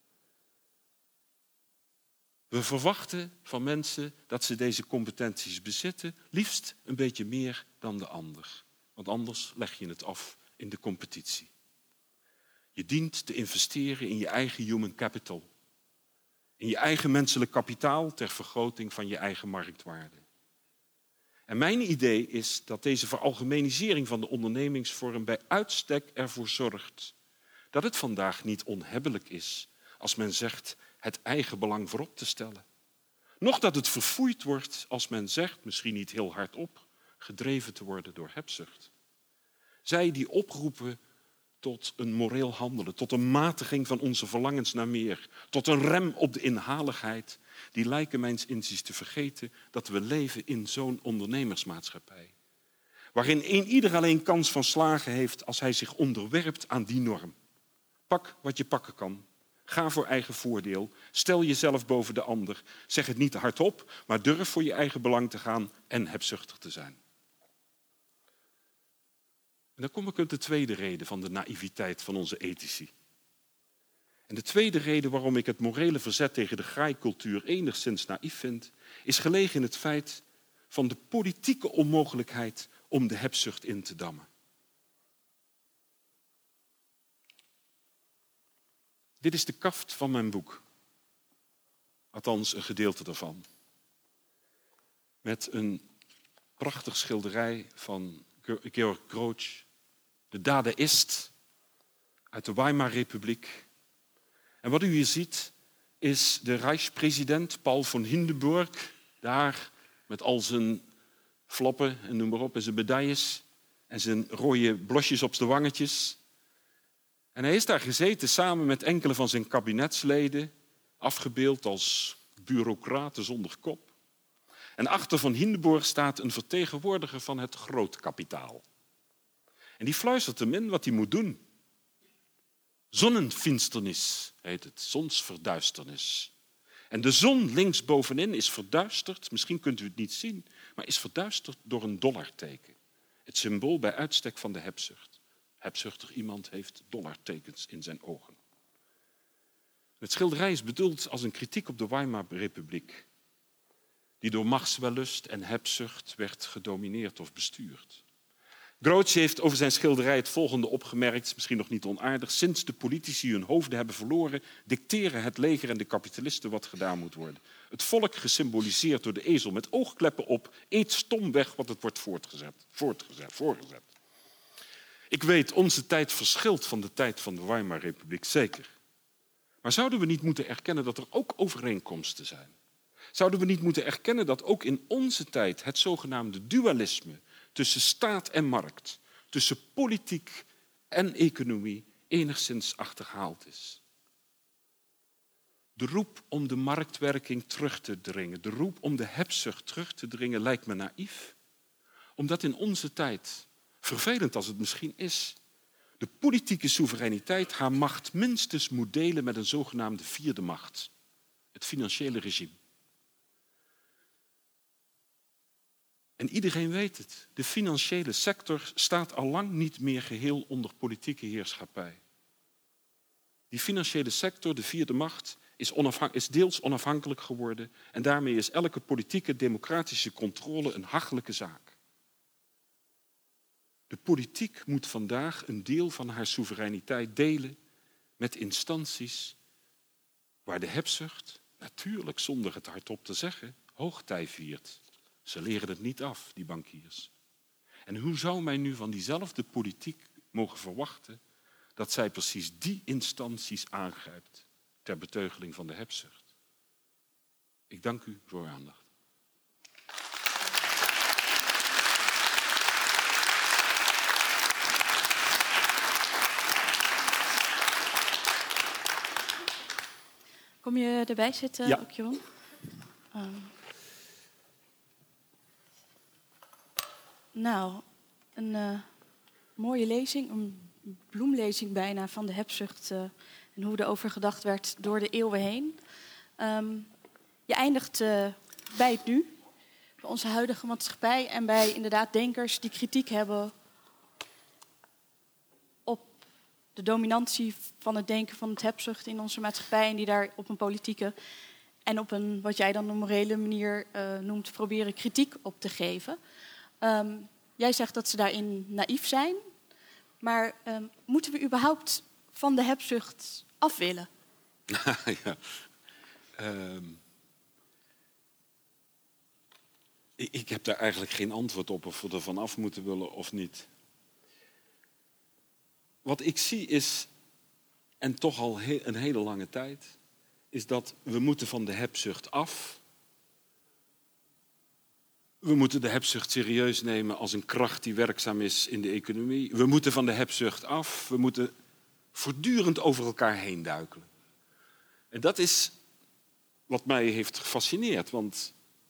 We verwachten van mensen dat ze deze competenties bezitten, liefst een beetje meer dan de ander. Want anders leg je het af in de competitie. Je dient te investeren in je eigen human capital. In je eigen menselijk kapitaal ter vergroting van je eigen marktwaarde. En mijn idee is dat deze veralgemenisering van de ondernemingsvorm bij uitstek ervoor zorgt dat het vandaag niet onhebbelijk is als men zegt het eigen belang voorop te stellen. Noch dat het verfoeid wordt als men zegt, misschien niet heel hardop, gedreven te worden door hebzucht. Zij die oproepen tot een moreel handelen, tot een matiging van onze verlangens naar meer, tot een rem op de inhaligheid, die lijken mijns inziens te vergeten dat we leven in zo'n ondernemersmaatschappij. Waarin ieder alleen kans van slagen heeft als hij zich onderwerpt aan die norm. Pak wat je pakken kan. Ga voor eigen voordeel. Stel jezelf boven de ander. Zeg het niet hardop, maar durf voor je eigen belang te gaan en hebzuchtig te zijn. En dan kom ik op de tweede reden van de naïviteit van onze ethici. En de tweede reden waarom ik het morele verzet tegen de graaikultuur enigszins naïef vind, is gelegen in het feit van de politieke onmogelijkheid om de hebzucht in te dammen. Dit is de kaft van mijn boek. Althans, een gedeelte daarvan. Met een prachtig schilderij van Georg Grootsch, de Dadaïst uit de Weimarrepubliek. En wat u hier ziet is de Rijkspresident Paul von Hindenburg, daar met al zijn flappen en noem maar op en zijn medailles en zijn rode blosjes op zijn wangetjes. En hij is daar gezeten samen met enkele van zijn kabinetsleden, afgebeeld als bureaucraten zonder kop. En achter van Hindenburg staat een vertegenwoordiger van het grootkapitaal. En die fluistert hem in wat hij moet doen. Zonnenfinsternis heet het, zonsverduisternis. En de zon linksbovenin is verduisterd, misschien kunt u het niet zien, maar is verduisterd door een dollarteken. Het symbool bij uitstek van de hebzucht. Hebzuchtig iemand heeft dollartekens in zijn ogen. Het schilderij is bedoeld als een kritiek op de Weimarrepubliek, die door machtswellust en hebzucht werd gedomineerd of bestuurd. Grootsch heeft over zijn schilderij het volgende opgemerkt, misschien nog niet onaardig. Sinds de politici hun hoofden hebben verloren, dicteren het leger en de kapitalisten wat gedaan moet worden. Het volk, gesymboliseerd door de ezel met oogkleppen op, eet stomweg wat het wordt voorgezet. Ik weet, onze tijd verschilt van de tijd van de Weimarrepubliek, zeker. Maar zouden we niet moeten erkennen dat er ook overeenkomsten zijn? Zouden we niet moeten erkennen dat ook in onze tijd het zogenaamde dualisme tussen staat en markt, tussen politiek en economie enigszins achterhaald is? De roep om de marktwerking terug te dringen, de roep om de hebzucht terug te dringen lijkt me naïef. Omdat in onze tijd, vervelend als het misschien is, de politieke soevereiniteit haar macht minstens moet delen met een zogenaamde vierde macht, het financiële regime. En iedereen weet het, de financiële sector staat al lang niet meer geheel onder politieke heerschappij. Die financiële sector, de vierde macht, is deels onafhankelijk geworden en daarmee is elke politieke democratische controle een hachelijke zaak. De politiek moet vandaag een deel van haar soevereiniteit delen met instanties waar de hebzucht, natuurlijk zonder het hardop te zeggen, hoogtij viert. Ze leren het niet af, die bankiers. En hoe zou men nu van diezelfde politiek mogen verwachten dat zij precies die instanties aangrijpt ter beteugeling van de hebzucht? Ik dank u voor uw aandacht. Kom je erbij zitten, Ja. ook Jeroen? Nou, een mooie lezing, een bloemlezing bijna van de hebzucht en hoe erover gedacht werd door de eeuwen heen. Je eindigt bij het nu. bij onze huidige maatschappij en bij inderdaad denkers die kritiek hebben op de dominantie van het denken van het hebzucht in onze maatschappij en die daar op een politieke en op een, wat jij dan een morele manier noemt, proberen kritiek op te geven. Jij zegt dat ze daarin naïef zijn, maar moeten we überhaupt van de hebzucht af willen? Ja. Ik heb daar eigenlijk geen antwoord op of we er vanaf moeten willen of niet. Wat ik zie is, en toch al een hele lange tijd, is dat we moeten van de hebzucht af. We moeten de hebzucht serieus nemen als een kracht die werkzaam is in de economie. We moeten van de hebzucht af. We moeten voortdurend over elkaar heen duikelen. En dat is wat mij heeft gefascineerd, want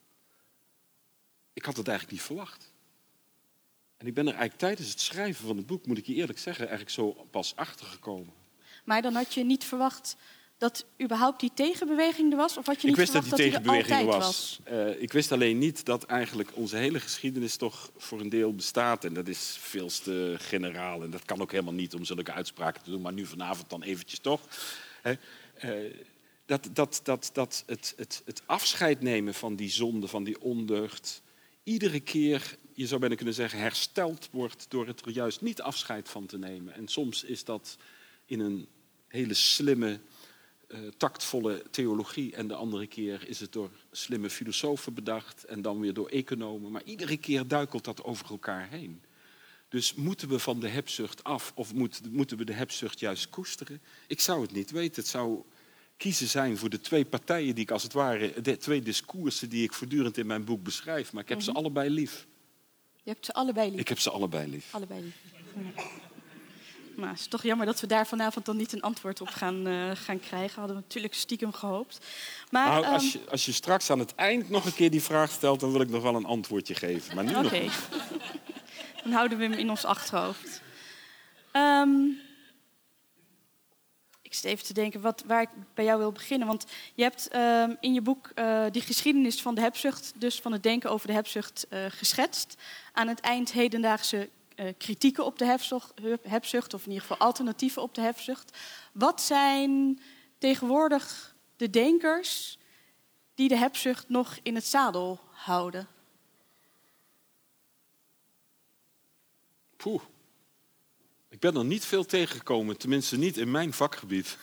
ik had het eigenlijk niet verwacht. En ik ben er eigenlijk tijdens het schrijven van het boek, moet ik je eerlijk zeggen, eigenlijk zo pas achter gekomen. Maar dan had je niet verwacht dat überhaupt die tegenbeweging er was? Of had je niet verwacht dat die tegenbeweging er was? Ik wist alleen niet dat eigenlijk onze hele geschiedenis toch voor een deel bestaat. En dat is veel te generaal. En dat kan ook helemaal niet om zulke uitspraken te doen. Maar nu vanavond dan eventjes toch. Dat het afscheid nemen van die zonde, van die ondeugd, iedere keer, je zou bijna kunnen zeggen, hersteld wordt door het er juist niet afscheid van te nemen. En soms is dat in een hele slimme, tactvolle theologie. En de andere keer is het door slimme filosofen bedacht en dan weer door economen. Maar iedere keer duikelt dat over elkaar heen. Dus moeten we van de hebzucht af of moeten we de hebzucht juist koesteren? Ik zou het niet weten. Het zou kiezen zijn voor de twee partijen die ik als het ware, de twee discoursen die ik voortdurend in mijn boek beschrijf. Maar ik heb ze allebei lief. Je hebt ze allebei lief? Ik heb ze allebei lief. Allebei lief. Ja. Maar het is toch jammer dat we daar vanavond dan niet een antwoord op gaan krijgen. Hadden we natuurlijk stiekem gehoopt. Maar, nou, als je straks aan het eind nog een keer die vraag stelt, dan wil ik nog wel een antwoordje geven. Maar nu nog niet. Dan houden we hem in ons achterhoofd. Ik zit even te denken waar ik bij jou wil beginnen. Want je hebt in je boek die geschiedenis van de hebzucht, dus van het denken over de hebzucht, geschetst. Aan het eind hedendaagse kritieken op de hebzucht, of in ieder geval alternatieven op de hebzucht. Wat zijn tegenwoordig de denkers die de hebzucht nog in het zadel houden? Poeh. Ik ben er niet veel tegengekomen, tenminste niet in mijn vakgebied.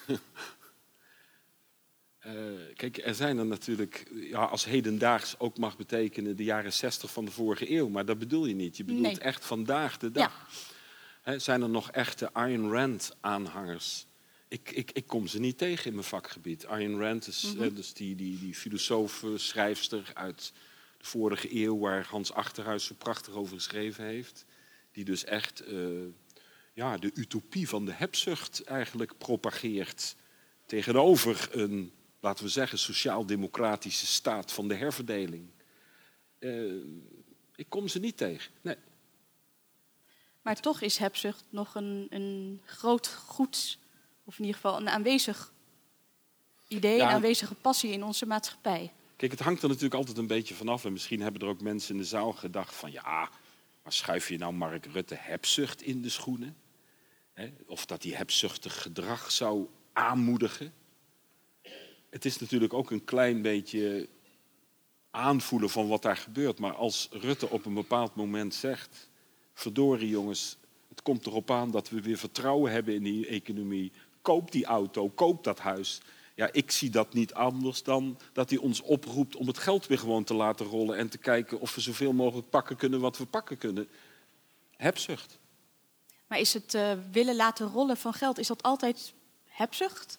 Kijk, er zijn er natuurlijk, ja, als hedendaags ook mag betekenen, de jaren 60 van de vorige eeuw. Maar dat bedoel je niet. Je bedoelt echt vandaag de dag. Ja. Zijn er nog echte Ayn Rand-aanhangers? Ik kom ze niet tegen in mijn vakgebied. Ayn Rand is dus die filosoof, schrijfster uit de vorige eeuw, waar Hans Achterhuis zo prachtig over geschreven heeft. Die dus echt de utopie van de hebzucht eigenlijk propageert tegenover een, laten we zeggen, sociaal-democratische staat van de herverdeling. Ik kom ze niet tegen, nee. Maar toch is hebzucht nog een groot goed, of in ieder geval een aanwezig idee, een aanwezige passie in onze maatschappij. Kijk, het hangt er natuurlijk altijd een beetje vanaf. En misschien hebben er ook mensen in de zaal gedacht van, ja, maar schuif je nou Mark Rutte hebzucht in de schoenen? Of dat die hebzuchtig gedrag zou aanmoedigen? Het is natuurlijk ook een klein beetje aanvoelen van wat daar gebeurt. Maar als Rutte op een bepaald moment zegt, verdorie jongens, het komt erop aan dat we weer vertrouwen hebben in die economie. Koop die auto, koop dat huis. Ja, ik zie dat niet anders dan dat hij ons oproept om het geld weer gewoon te laten rollen en te kijken of we zoveel mogelijk pakken kunnen wat we pakken kunnen. Hebzucht. Maar is het willen laten rollen van geld, is dat altijd hebzucht?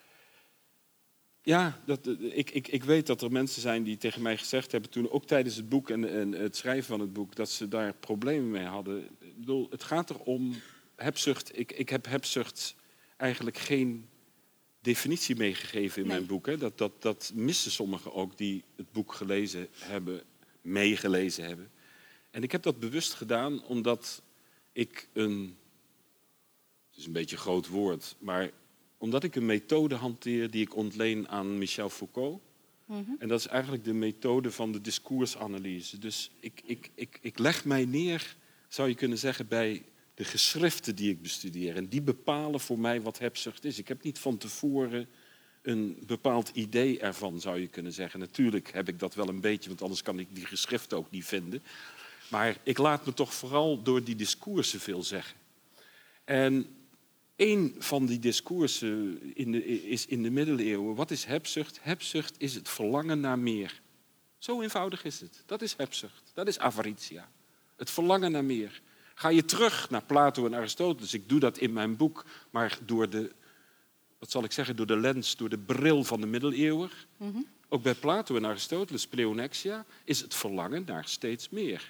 Ja, ik weet dat er mensen zijn die tegen mij gezegd hebben, toen ook tijdens het boek en het schrijven van het boek, dat ze daar problemen mee hadden. Ik bedoel, het gaat erom, hebzucht, ik heb hebzucht eigenlijk geen definitie meegegeven in mijn boek. Hè. Dat missen sommigen ook die het boek gelezen hebben, meegelezen hebben. En ik heb dat bewust gedaan omdat ik het is een beetje een groot woord, maar omdat ik een methode hanteer die ik ontleen aan Michel Foucault. En dat is eigenlijk de methode van de discoursanalyse. Dus ik leg mij neer, zou je kunnen zeggen, bij de geschriften die ik bestudeer. En die bepalen voor mij wat hebzucht is. Ik heb niet van tevoren een bepaald idee ervan, zou je kunnen zeggen. Natuurlijk heb ik dat wel een beetje, want anders kan ik die geschriften ook niet vinden. Maar ik laat me toch vooral door die discoursen veel zeggen. En één van die discoursen is in de middeleeuwen. Wat is hebzucht? Hebzucht is het verlangen naar meer. Zo eenvoudig is het. Dat is hebzucht. Dat is avaritia. Het verlangen naar meer. Ga je terug naar Plato en Aristoteles. Ik doe dat in mijn boek, maar door de, wat zal ik zeggen, door de lens, door de bril van de middeleeuwer. Ook bij Plato en Aristoteles, pleonexia, is het verlangen naar steeds meer.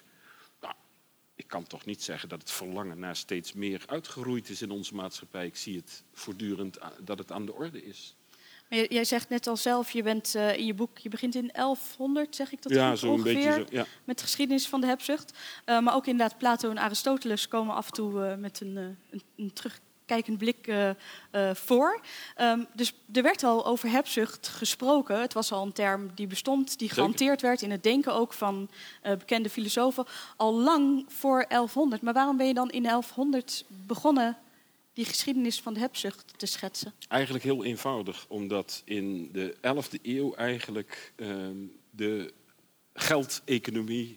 Ik kan toch niet zeggen dat het verlangen naar steeds meer uitgeroeid is in onze maatschappij. Ik zie het voortdurend dat het aan de orde is. Maar jij zegt net al zelf, je bent in je boek, je begint in 1100, zeg ik dat ja, goed, zo ongeveer, een beetje zo, ja. Met de geschiedenis van de hebzucht. Maar ook inderdaad Plato en Aristoteles komen af en toe met een terugkijkend blik voor. Dus er werd al over hebzucht gesproken. Het was al een term die bestond, die gehanteerd werd in het denken ook van bekende filosofen. Al lang voor 1100. Maar waarom ben je dan in 1100 begonnen die geschiedenis van de hebzucht te schetsen? Eigenlijk heel eenvoudig, omdat in de 11e eeuw eigenlijk de geldeconomie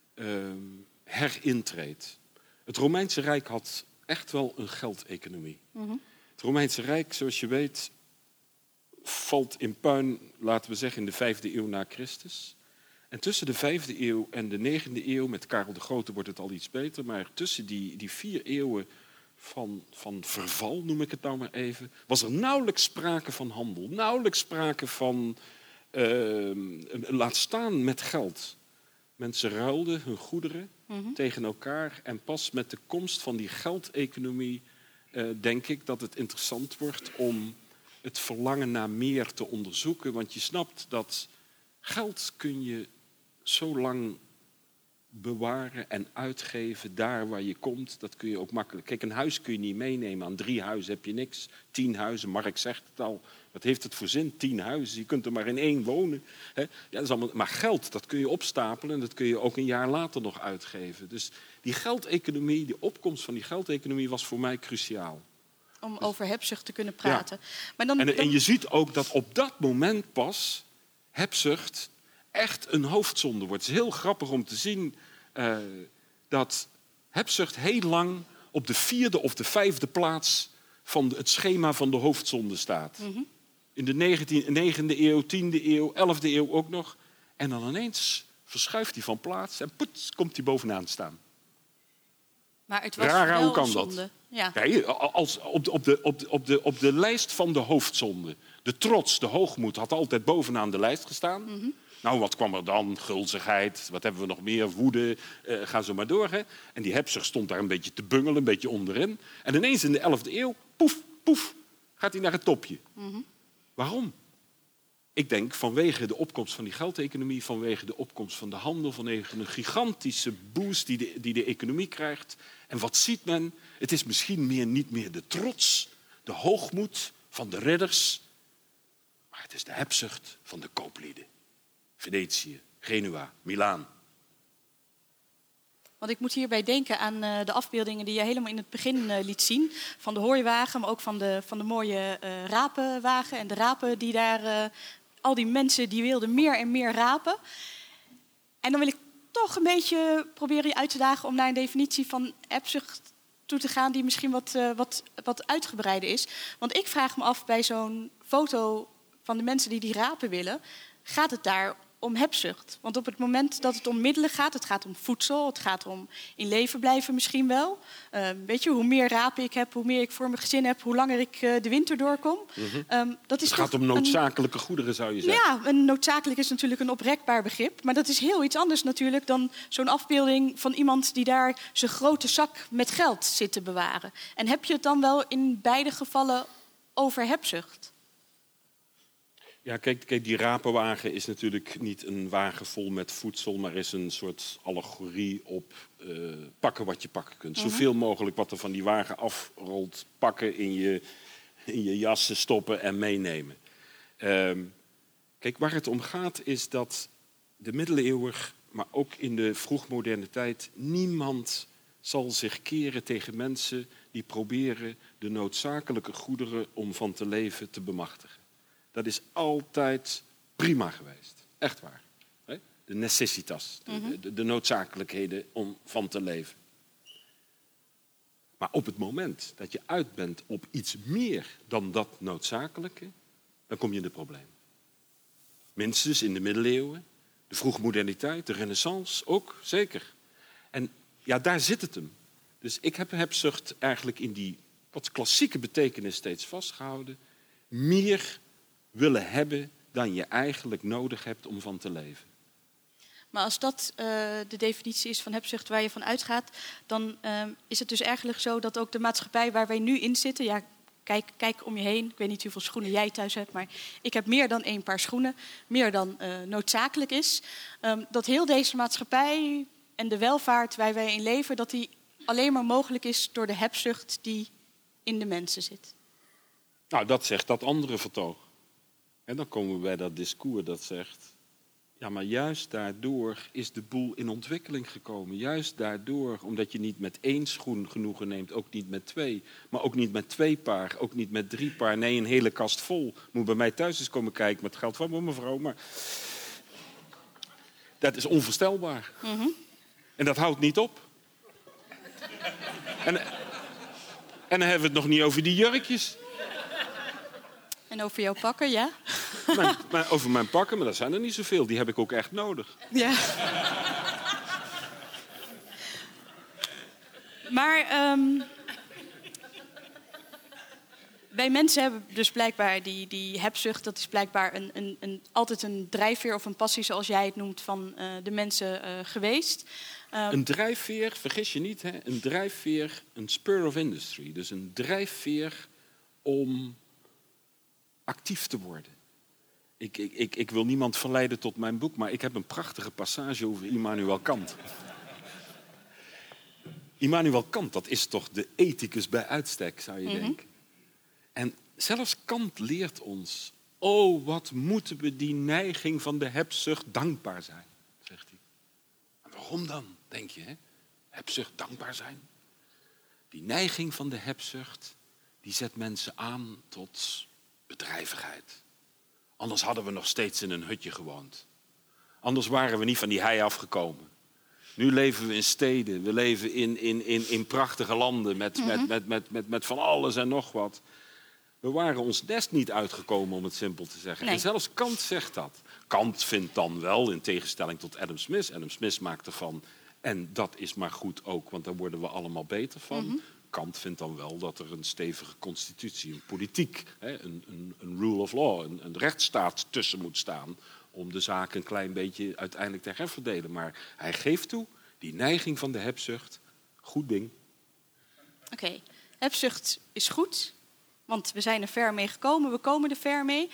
herintreedt. Het Romeinse Rijk had echt wel een geldeconomie. Het Romeinse Rijk, zoals je weet, valt in puin, laten we zeggen, in de 5e eeuw na Christus. En tussen de 5e eeuw en de 9e eeuw, met Karel de Grote wordt het al iets beter, maar tussen die 4 eeuwen van verval, noem ik het nou maar even, was er nauwelijks sprake van handel. Nauwelijks sprake van, laat staan met geld. Mensen ruilden hun goederen tegen elkaar. En pas met de komst van die geldeconomie denk ik dat het interessant wordt om het verlangen naar meer te onderzoeken. Want je snapt dat geld kun je zo lang bewaren en uitgeven daar waar je komt. Dat kun je ook makkelijk. Kijk, een huis kun je niet meenemen. Aan 3 huizen heb je niks. 10 huizen, Mark zegt het al. Wat heeft het voor zin? 10 huizen. Je kunt er maar in 1 wonen. Hè? Ja, dat is allemaal, maar geld, dat kun je opstapelen en dat kun je ook een jaar later nog uitgeven. Dus die geldeconomie, die opkomst van die geldeconomie was voor mij cruciaal. Om over hebzucht te kunnen praten. Ja. Maar dan... En je ziet ook dat op dat moment pas hebzucht echt een hoofdzonde wordt. Het is heel grappig om te zien dat hebzucht heel lang op de 4e of de 5e plaats van het schema van de hoofdzonde staat. In de 9e eeuw, 10e eeuw, 11e eeuw ook nog. En dan ineens verschuift hij van plaats en poets, komt hij bovenaan staan. Maar het was Rara, wel hoe kan zonde. dat? Ja. Kijk, als op de lijst van de hoofdzonde. De trots, de hoogmoed had altijd bovenaan de lijst gestaan. Nou, wat kwam er dan? Gulzigheid, wat hebben we nog meer? Woede, ga zo maar door. Hè? En die hebzucht stond daar een beetje te bungelen, een beetje onderin. En ineens in de 11e eeuw, poef, poef, gaat hij naar het topje. Waarom? Ik denk vanwege de opkomst van die geldeconomie, vanwege de opkomst van de handel, vanwege een gigantische boost die de economie krijgt. En wat ziet men? Het is misschien niet meer de trots, de hoogmoed van de ridders, maar het is de hebzucht van de kooplieden. Venetië, Genua, Milaan. Want ik moet hierbij denken aan de afbeeldingen die je helemaal in het begin liet zien. Van de hooiwagen, maar ook van de mooie rapenwagen. En de rapen die daar... al die mensen die wilden meer en meer rapen. En dan wil ik toch een beetje proberen je uit te dagen om naar een definitie van hebzucht toe te gaan die misschien wat uitgebreider is. Want ik vraag me af bij zo'n foto van de mensen die rapen willen, gaat het daar om hebzucht? Want op het moment dat het om middelen gaat, het gaat om voedsel, het gaat om in leven blijven misschien wel. Weet je, hoe meer rapen ik heb, hoe meer ik voor mijn gezin heb, hoe langer ik de winter doorkom. Dat is Het gaat om noodzakelijke goederen, zou je zeggen. Ja, en noodzakelijk is natuurlijk een oprekbaar begrip. Maar dat is heel iets anders natuurlijk dan zo'n afbeelding van iemand die daar zijn grote zak met geld zit te bewaren. En heb je het dan wel in beide gevallen over hebzucht? Ja, kijk, die rapenwagen is natuurlijk niet een wagen vol met voedsel, maar is een soort allegorie op pakken wat je pakken kunt. Zoveel mogelijk wat er van die wagen afrolt, pakken in je jassen stoppen en meenemen. Kijk, waar het om gaat is dat de middeleeuwen, maar ook in de vroegmoderne tijd, niemand zal zich keren tegen mensen die proberen de noodzakelijke goederen om van te leven te bemachtigen. Dat is altijd prima geweest. Echt waar. De necessitas, de noodzakelijkheden om van te leven. Maar op het moment dat je uit bent op iets meer dan dat noodzakelijke, dan kom je in de problemen. Minstens in de middeleeuwen, de vroegmoderniteit, de renaissance ook, zeker. En ja, daar zit het hem. Dus ik heb hebzucht eigenlijk in die wat klassieke betekenis steeds vastgehouden. Meer willen hebben dan je eigenlijk nodig hebt om van te leven. Maar als dat de definitie is van hebzucht waar je van uitgaat, dan is het dus eigenlijk zo dat ook de maatschappij waar wij nu in zitten, ja, kijk om je heen, ik weet niet hoeveel schoenen jij thuis hebt, maar ik heb meer dan 1 paar schoenen, meer dan noodzakelijk is. Dat heel deze maatschappij en de welvaart waar wij in leven, dat die alleen maar mogelijk is door de hebzucht die in de mensen zit. Nou, dat zegt dat andere vertoog. En dan komen we bij dat discours dat zegt, ja, maar juist daardoor is de boel in ontwikkeling gekomen. Juist daardoor, omdat je niet met 1 schoen genoegen neemt, ook niet met 2. Maar ook niet met 2 paar, ook niet met 3 paar. Nee, een hele kast vol. Moet bij mij thuis eens komen kijken met geld van mijn mevrouw. Maar dat is onvoorstelbaar. Mm-hmm. En dat houdt niet op. En dan hebben we het nog niet over die jurkjes. En over jouw pakken, ja? Over mijn pakken, maar dat zijn er niet zoveel. Die heb ik ook echt nodig. Ja. Maar wij mensen hebben dus blijkbaar die hebzucht. Dat is blijkbaar altijd een drijfveer of een passie, zoals jij het noemt, van de mensen geweest. Een drijfveer, vergis je niet, hè? Een drijfveer, een spur of industry. Dus een drijfveer om actief te worden. Ik wil niemand verleiden tot mijn boek, maar ik heb een prachtige passage over Immanuel Kant. Immanuel Kant, dat is toch de ethicus bij uitstek, zou je denken. En zelfs Kant leert ons, oh, wat moeten we die neiging van de hebzucht dankbaar zijn, zegt hij. En waarom dan, denk je, hè? Hebzucht dankbaar zijn? Die neiging van de hebzucht, die zet mensen aan tot bedrijvigheid. Anders hadden we nog steeds in een hutje gewoond. Anders waren we niet van die hei afgekomen. Nu leven we in steden, we leven in prachtige landen met van alles en nog wat. We waren ons nest niet uitgekomen, om het simpel te zeggen. Nee. En zelfs Kant zegt dat. Kant vindt dan wel, in tegenstelling tot Adam Smith. Adam Smith maakt ervan, en dat is maar goed ook, want daar worden we allemaal beter van. Kant vindt dan wel dat er een stevige constitutie, een politiek, een rule of law, een rechtsstaat tussen moet staan om de zaak een klein beetje uiteindelijk te herverdelen. Maar hij geeft toe, die neiging van de hebzucht, goed ding. Oké, hebzucht is goed, want we zijn er ver mee gekomen, we komen er ver mee.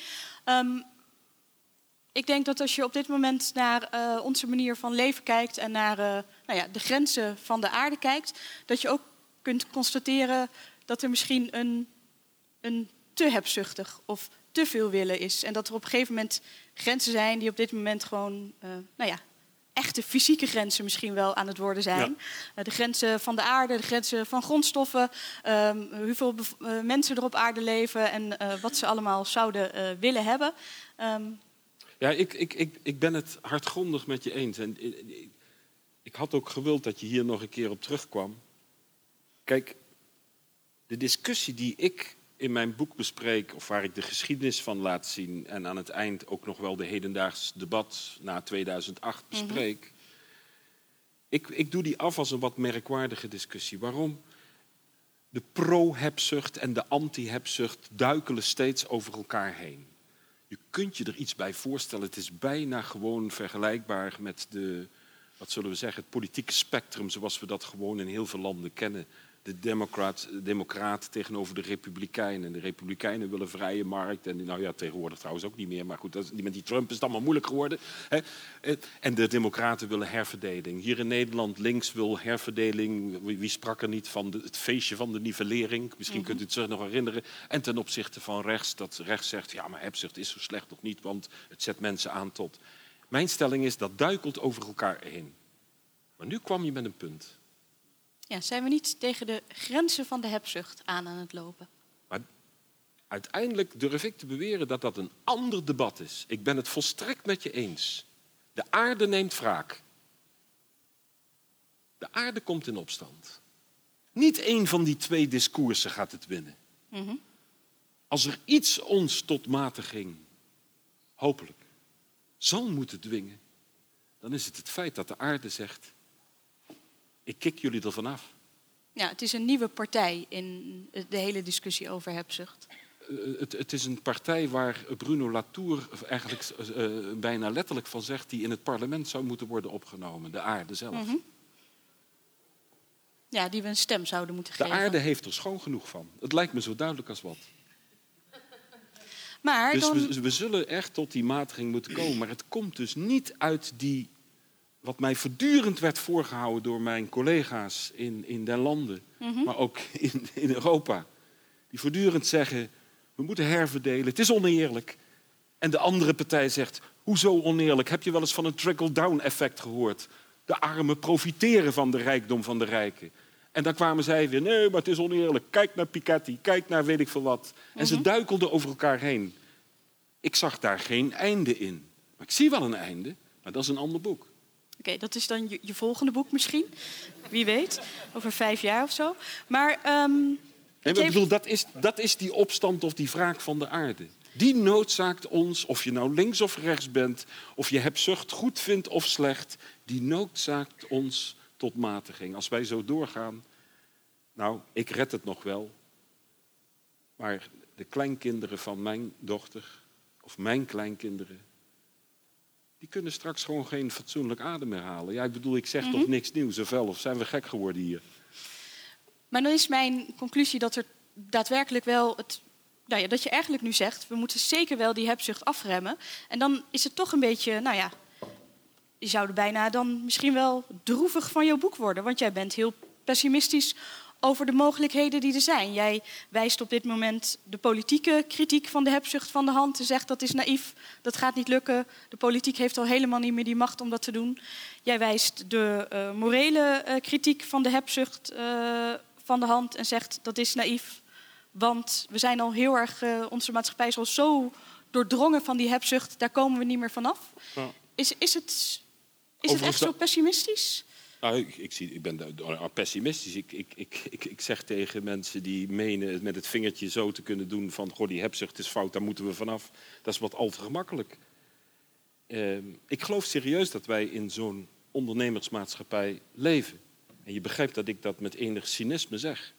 Ik denk dat als je op dit moment naar onze manier van leven kijkt en naar de grenzen van de aarde kijkt, dat je ook kunt constateren dat er misschien een te hebzuchtig of te veel willen is. En dat er op een gegeven moment grenzen zijn die op dit moment gewoon echte fysieke grenzen misschien wel aan het worden zijn. Ja. De grenzen van de aarde, de grenzen van grondstoffen, hoeveel mensen er op aarde leven en wat ze allemaal zouden willen hebben. Ja, ik ben het hardgrondig met je eens. En ik had ook gewild dat je hier nog een keer op terugkwam. Kijk, de discussie die ik in mijn boek bespreek, of waar ik de geschiedenis van laat zien en aan het eind ook nog wel de hedendaags debat na 2008 bespreek. Ik doe die af als een wat merkwaardige discussie. Waarom? De pro-hebzucht en de anti-hebzucht duikelen steeds over elkaar heen. Je kunt je er iets bij voorstellen. Het is bijna gewoon vergelijkbaar met het politieke spectrum zoals we dat gewoon in heel veel landen kennen. de democraten tegenover de republikeinen. En de republikeinen willen vrije markt. En nou ja, tegenwoordig trouwens ook niet meer. Maar goed, met die Trump is het allemaal moeilijk geworden. Hè? En de democraten willen herverdeling. Hier in Nederland, links wil herverdeling. Wie sprak er niet van het feestje van de nivellering? Misschien kunt u het zich nog herinneren. En ten opzichte van rechts, dat rechts zegt... ja, maar hebzucht is zo slecht nog niet, want het zet mensen aan tot... Mijn stelling is, dat duikelt over elkaar heen. Maar nu kwam je met een punt. Ja, zijn we niet tegen de grenzen van de hebzucht aan het lopen? Maar uiteindelijk durf ik te beweren dat dat een ander debat is. Ik ben het volstrekt met je eens. De aarde neemt wraak. De aarde komt in opstand. Niet één van die twee discoursen gaat het winnen. Als er iets ons tot matiging, hopelijk, zal moeten dwingen, dan is het feit dat de aarde zegt... ik kik jullie ervan af. Ja, het is een nieuwe partij in de hele discussie over hebzucht. Het is een partij waar Bruno Latour eigenlijk bijna letterlijk van zegt... die in het parlement zou moeten worden opgenomen, de aarde zelf. Ja, die we een stem zouden moeten de geven. De aarde heeft er schoon genoeg van. Het lijkt me zo duidelijk als wat. Maar dus dan... we zullen echt tot die matiging moeten komen. Maar het komt dus niet uit die... wat mij voortdurend werd voorgehouden door mijn collega's in den landen... maar ook in Europa. Die voortdurend zeggen, we moeten herverdelen, het is oneerlijk. En de andere partij zegt, hoezo oneerlijk? Heb je wel eens van een trickle-down effect gehoord? De armen profiteren van de rijkdom van de rijken. En dan kwamen zij weer, nee, maar het is oneerlijk. Kijk naar Piketty, kijk naar weet ik veel wat. En ze duikelden over elkaar heen. Ik zag daar geen einde in. Maar ik zie wel een einde, maar dat is een ander boek. Oké, dat is dan je volgende boek misschien. Wie weet, over 5 jaar of zo. Maar ik bedoel, dat is die opstand of die wraak van de aarde. Die noodzaakt ons, of je nou links of rechts bent... of je hebzucht goed vindt of slecht... die noodzaakt ons tot matiging. Als wij zo doorgaan... nou, ik red het nog wel. Maar de kleinkinderen van mijn dochter... of mijn kleinkinderen... die kunnen straks gewoon geen fatsoenlijk adem meer halen. Ja, ik bedoel, ik zeg toch niks nieuws of wel? Of zijn we gek geworden hier? Maar dan is mijn conclusie dat er daadwerkelijk wel... dat je eigenlijk nu zegt, we moeten zeker wel die hebzucht afremmen. En dan is het toch een beetje, je zou er bijna dan misschien wel droevig van jouw boek worden. Want jij bent heel pessimistisch over de mogelijkheden die er zijn. Jij wijst op dit moment de politieke kritiek van de hebzucht van de hand. En zegt dat is naïef, dat gaat niet lukken. De politiek heeft al helemaal niet meer die macht om dat te doen. Jij wijst de morele kritiek van de hebzucht van de hand en zegt dat is naïef. Want we zijn al heel erg, onze maatschappij is al zo doordrongen van die hebzucht, daar komen we niet meer vanaf. Ja. Is het echt zo pessimistisch? Nou, ik ben pessimistisch. Ik zeg tegen mensen die menen met het vingertje zo te kunnen doen van... goh, die hebzucht is fout, daar moeten we vanaf. Dat is wat al te gemakkelijk. Ik geloof serieus dat wij in zo'n ondernemersmaatschappij leven. En je begrijpt dat ik dat met enig cynisme zeg.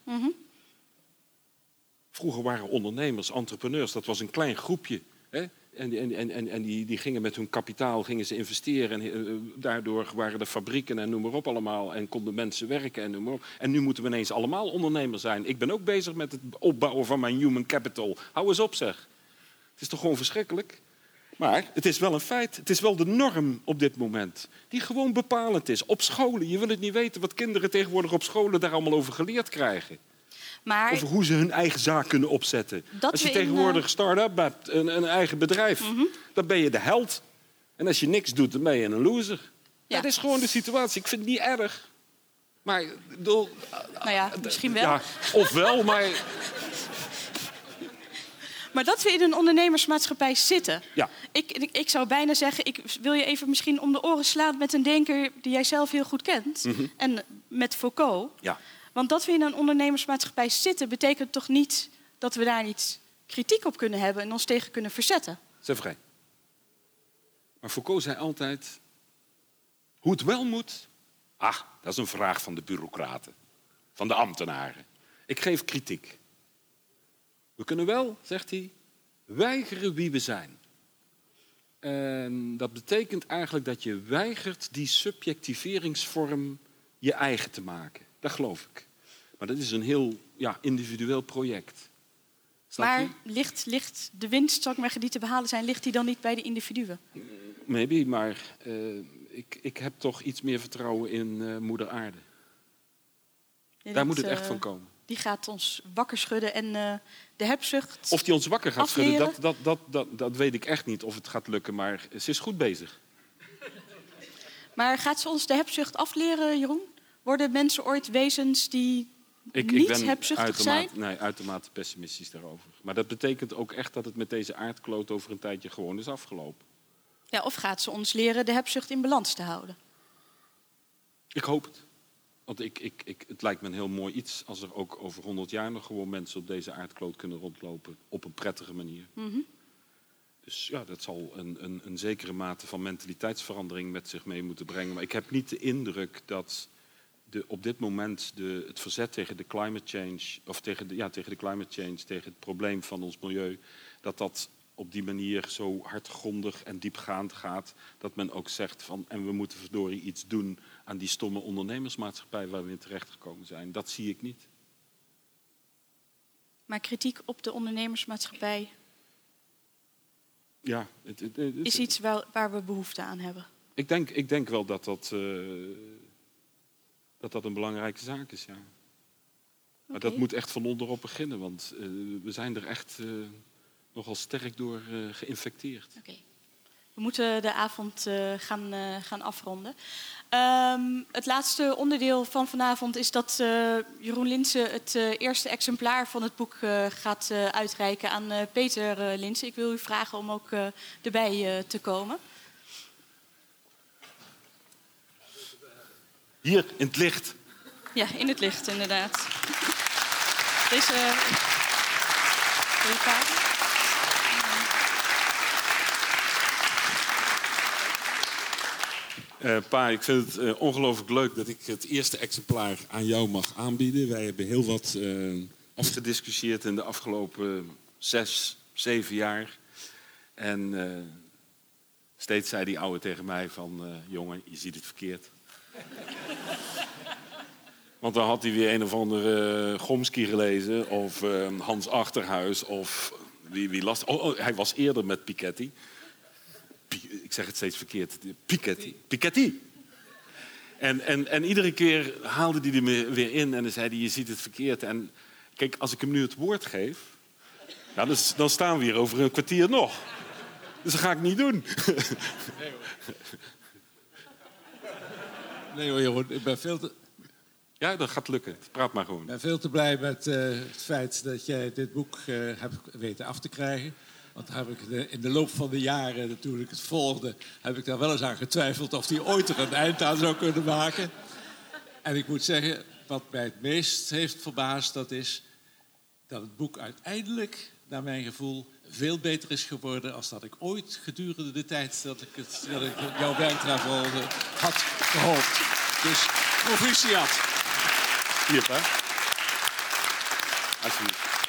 Vroeger waren ondernemers, entrepreneurs, dat was een klein groepje... hè? En die gingen met hun kapitaal gingen investeren. En daardoor waren er fabrieken en noem maar op allemaal. En konden mensen werken en noem maar op. En nu moeten we ineens allemaal ondernemer zijn. Ik ben ook bezig met het opbouwen van mijn human capital. Hou eens op zeg. Het is toch gewoon verschrikkelijk? Maar het is wel een feit. Het is wel de norm op dit moment. Die gewoon bepalend is. Op scholen. Je wil het niet weten wat kinderen tegenwoordig op scholen daar allemaal over geleerd krijgen. Maar over hoe ze hun eigen zaak kunnen opzetten. Als je tegenwoordig start-up hebt, een eigen bedrijf, dan ben je de held. En als je niks doet, dan ben je een loser. Ja. Dat is gewoon de situatie. Ik vind het niet erg. Maar, misschien wel. Ja, of wel, maar... Maar dat we in een ondernemersmaatschappij zitten. Ja. Ik zou bijna zeggen, ik wil je even misschien om de oren slaan met een denker die jij zelf heel goed kent. En met Foucault. Ja. Want dat we in een ondernemersmaatschappij zitten, betekent toch niet dat we daar niet kritiek op kunnen hebben en ons tegen kunnen verzetten? C'est vrai. Maar Foucault zei altijd, hoe het wel moet, dat is een vraag van de bureaucraten, van de ambtenaren. Ik geef kritiek. We kunnen wel, zegt hij, weigeren wie we zijn. En dat betekent eigenlijk dat je weigert die subjectiveringsvorm je eigen te maken. Dat geloof ik. Maar dat is een heel individueel project. Snap Maar je? ligt de winst, zal ik maar zeggen, die te behalen zijn, ligt die dan niet bij de individuen? Maybe, maar ik heb toch iets meer vertrouwen in Moeder Aarde. Daar moet het echt van komen. Die gaat ons wakker schudden en de hebzucht Of die ons wakker gaat afleren. schudden, dat weet ik echt niet of het gaat lukken. Maar ze is goed bezig. Maar gaat ze ons de hebzucht afleren, Jeroen? Worden mensen ooit wezens die niet ben hebzuchtig zijn? uitermate pessimistisch daarover. Maar dat betekent ook echt dat het met deze aardkloot over een tijdje gewoon is afgelopen. Ja, of gaat ze ons leren de hebzucht in balans te houden? Ik hoop het. Want het lijkt me een heel mooi iets als er ook over 100 jaar nog gewoon mensen op deze aardkloot kunnen rondlopen op een prettige manier. Mm-hmm. Dus ja, dat zal een zekere mate van mentaliteitsverandering met zich mee moeten brengen. Maar ik heb niet de indruk dat op dit moment het verzet tegen de climate change, of tegen de climate change, tegen het probleem van ons milieu, dat op die manier zo hardgrondig en diepgaand gaat, dat men ook zegt van, en we moeten verdorie iets doen aan die stomme ondernemersmaatschappij waar we in terechtgekomen zijn. Dat zie ik niet. Maar kritiek op de ondernemersmaatschappij Ja, is iets waar we behoefte aan hebben. Ik denk wel dat een belangrijke zaak is, ja. Maar dat moet echt van onderop beginnen, want we zijn er echt nogal sterk door geïnfecteerd. Okay. We moeten de avond gaan afronden. Het laatste onderdeel van vanavond is dat Jeroen Linssen het eerste exemplaar van het boek gaat uitreiken aan Peter Linssen. Ik wil u vragen om ook erbij te komen. Hier, in het licht. Ja, in het licht, inderdaad. Deze kaart. Pa, ik vind het ongelooflijk leuk dat ik het eerste exemplaar aan jou mag aanbieden. Wij hebben heel wat afgediscussieerd in de afgelopen 6, 7 jaar. En steeds zei die ouwe tegen mij van, jongen, je ziet het verkeerd. Want dan had hij weer een of andere Chomsky gelezen, of Hans Achterhuis, of wie las. Hij was eerder met Piketty. Ik zeg het steeds verkeerd. Piketty. En iedere keer haalde hij er weer in en dan zei hij, je ziet het verkeerd. En kijk, als ik hem nu het woord geef, dan staan we hier over een kwartier nog. Dus dat ga ik niet doen. Nee hoor, Jeroen, ik ben veel te... Ja, dat gaat lukken. Praat maar gewoon. Ik ben veel te blij met het feit dat jij dit boek hebt weten af te krijgen. Want daar heb ik in de loop van de jaren, toen ik het volgde, heb ik daar wel eens aan getwijfeld of hij ooit er een eind aan zou kunnen maken. En ik moet zeggen, wat mij het meest heeft verbaasd, dat is dat het boek uiteindelijk, naar mijn gevoel, veel beter is geworden als dat ik ooit gedurende de tijd dat ik jouw werk daarvoor had gehoopt. Dus proficiat. Hier, pa. Alsjeblieft.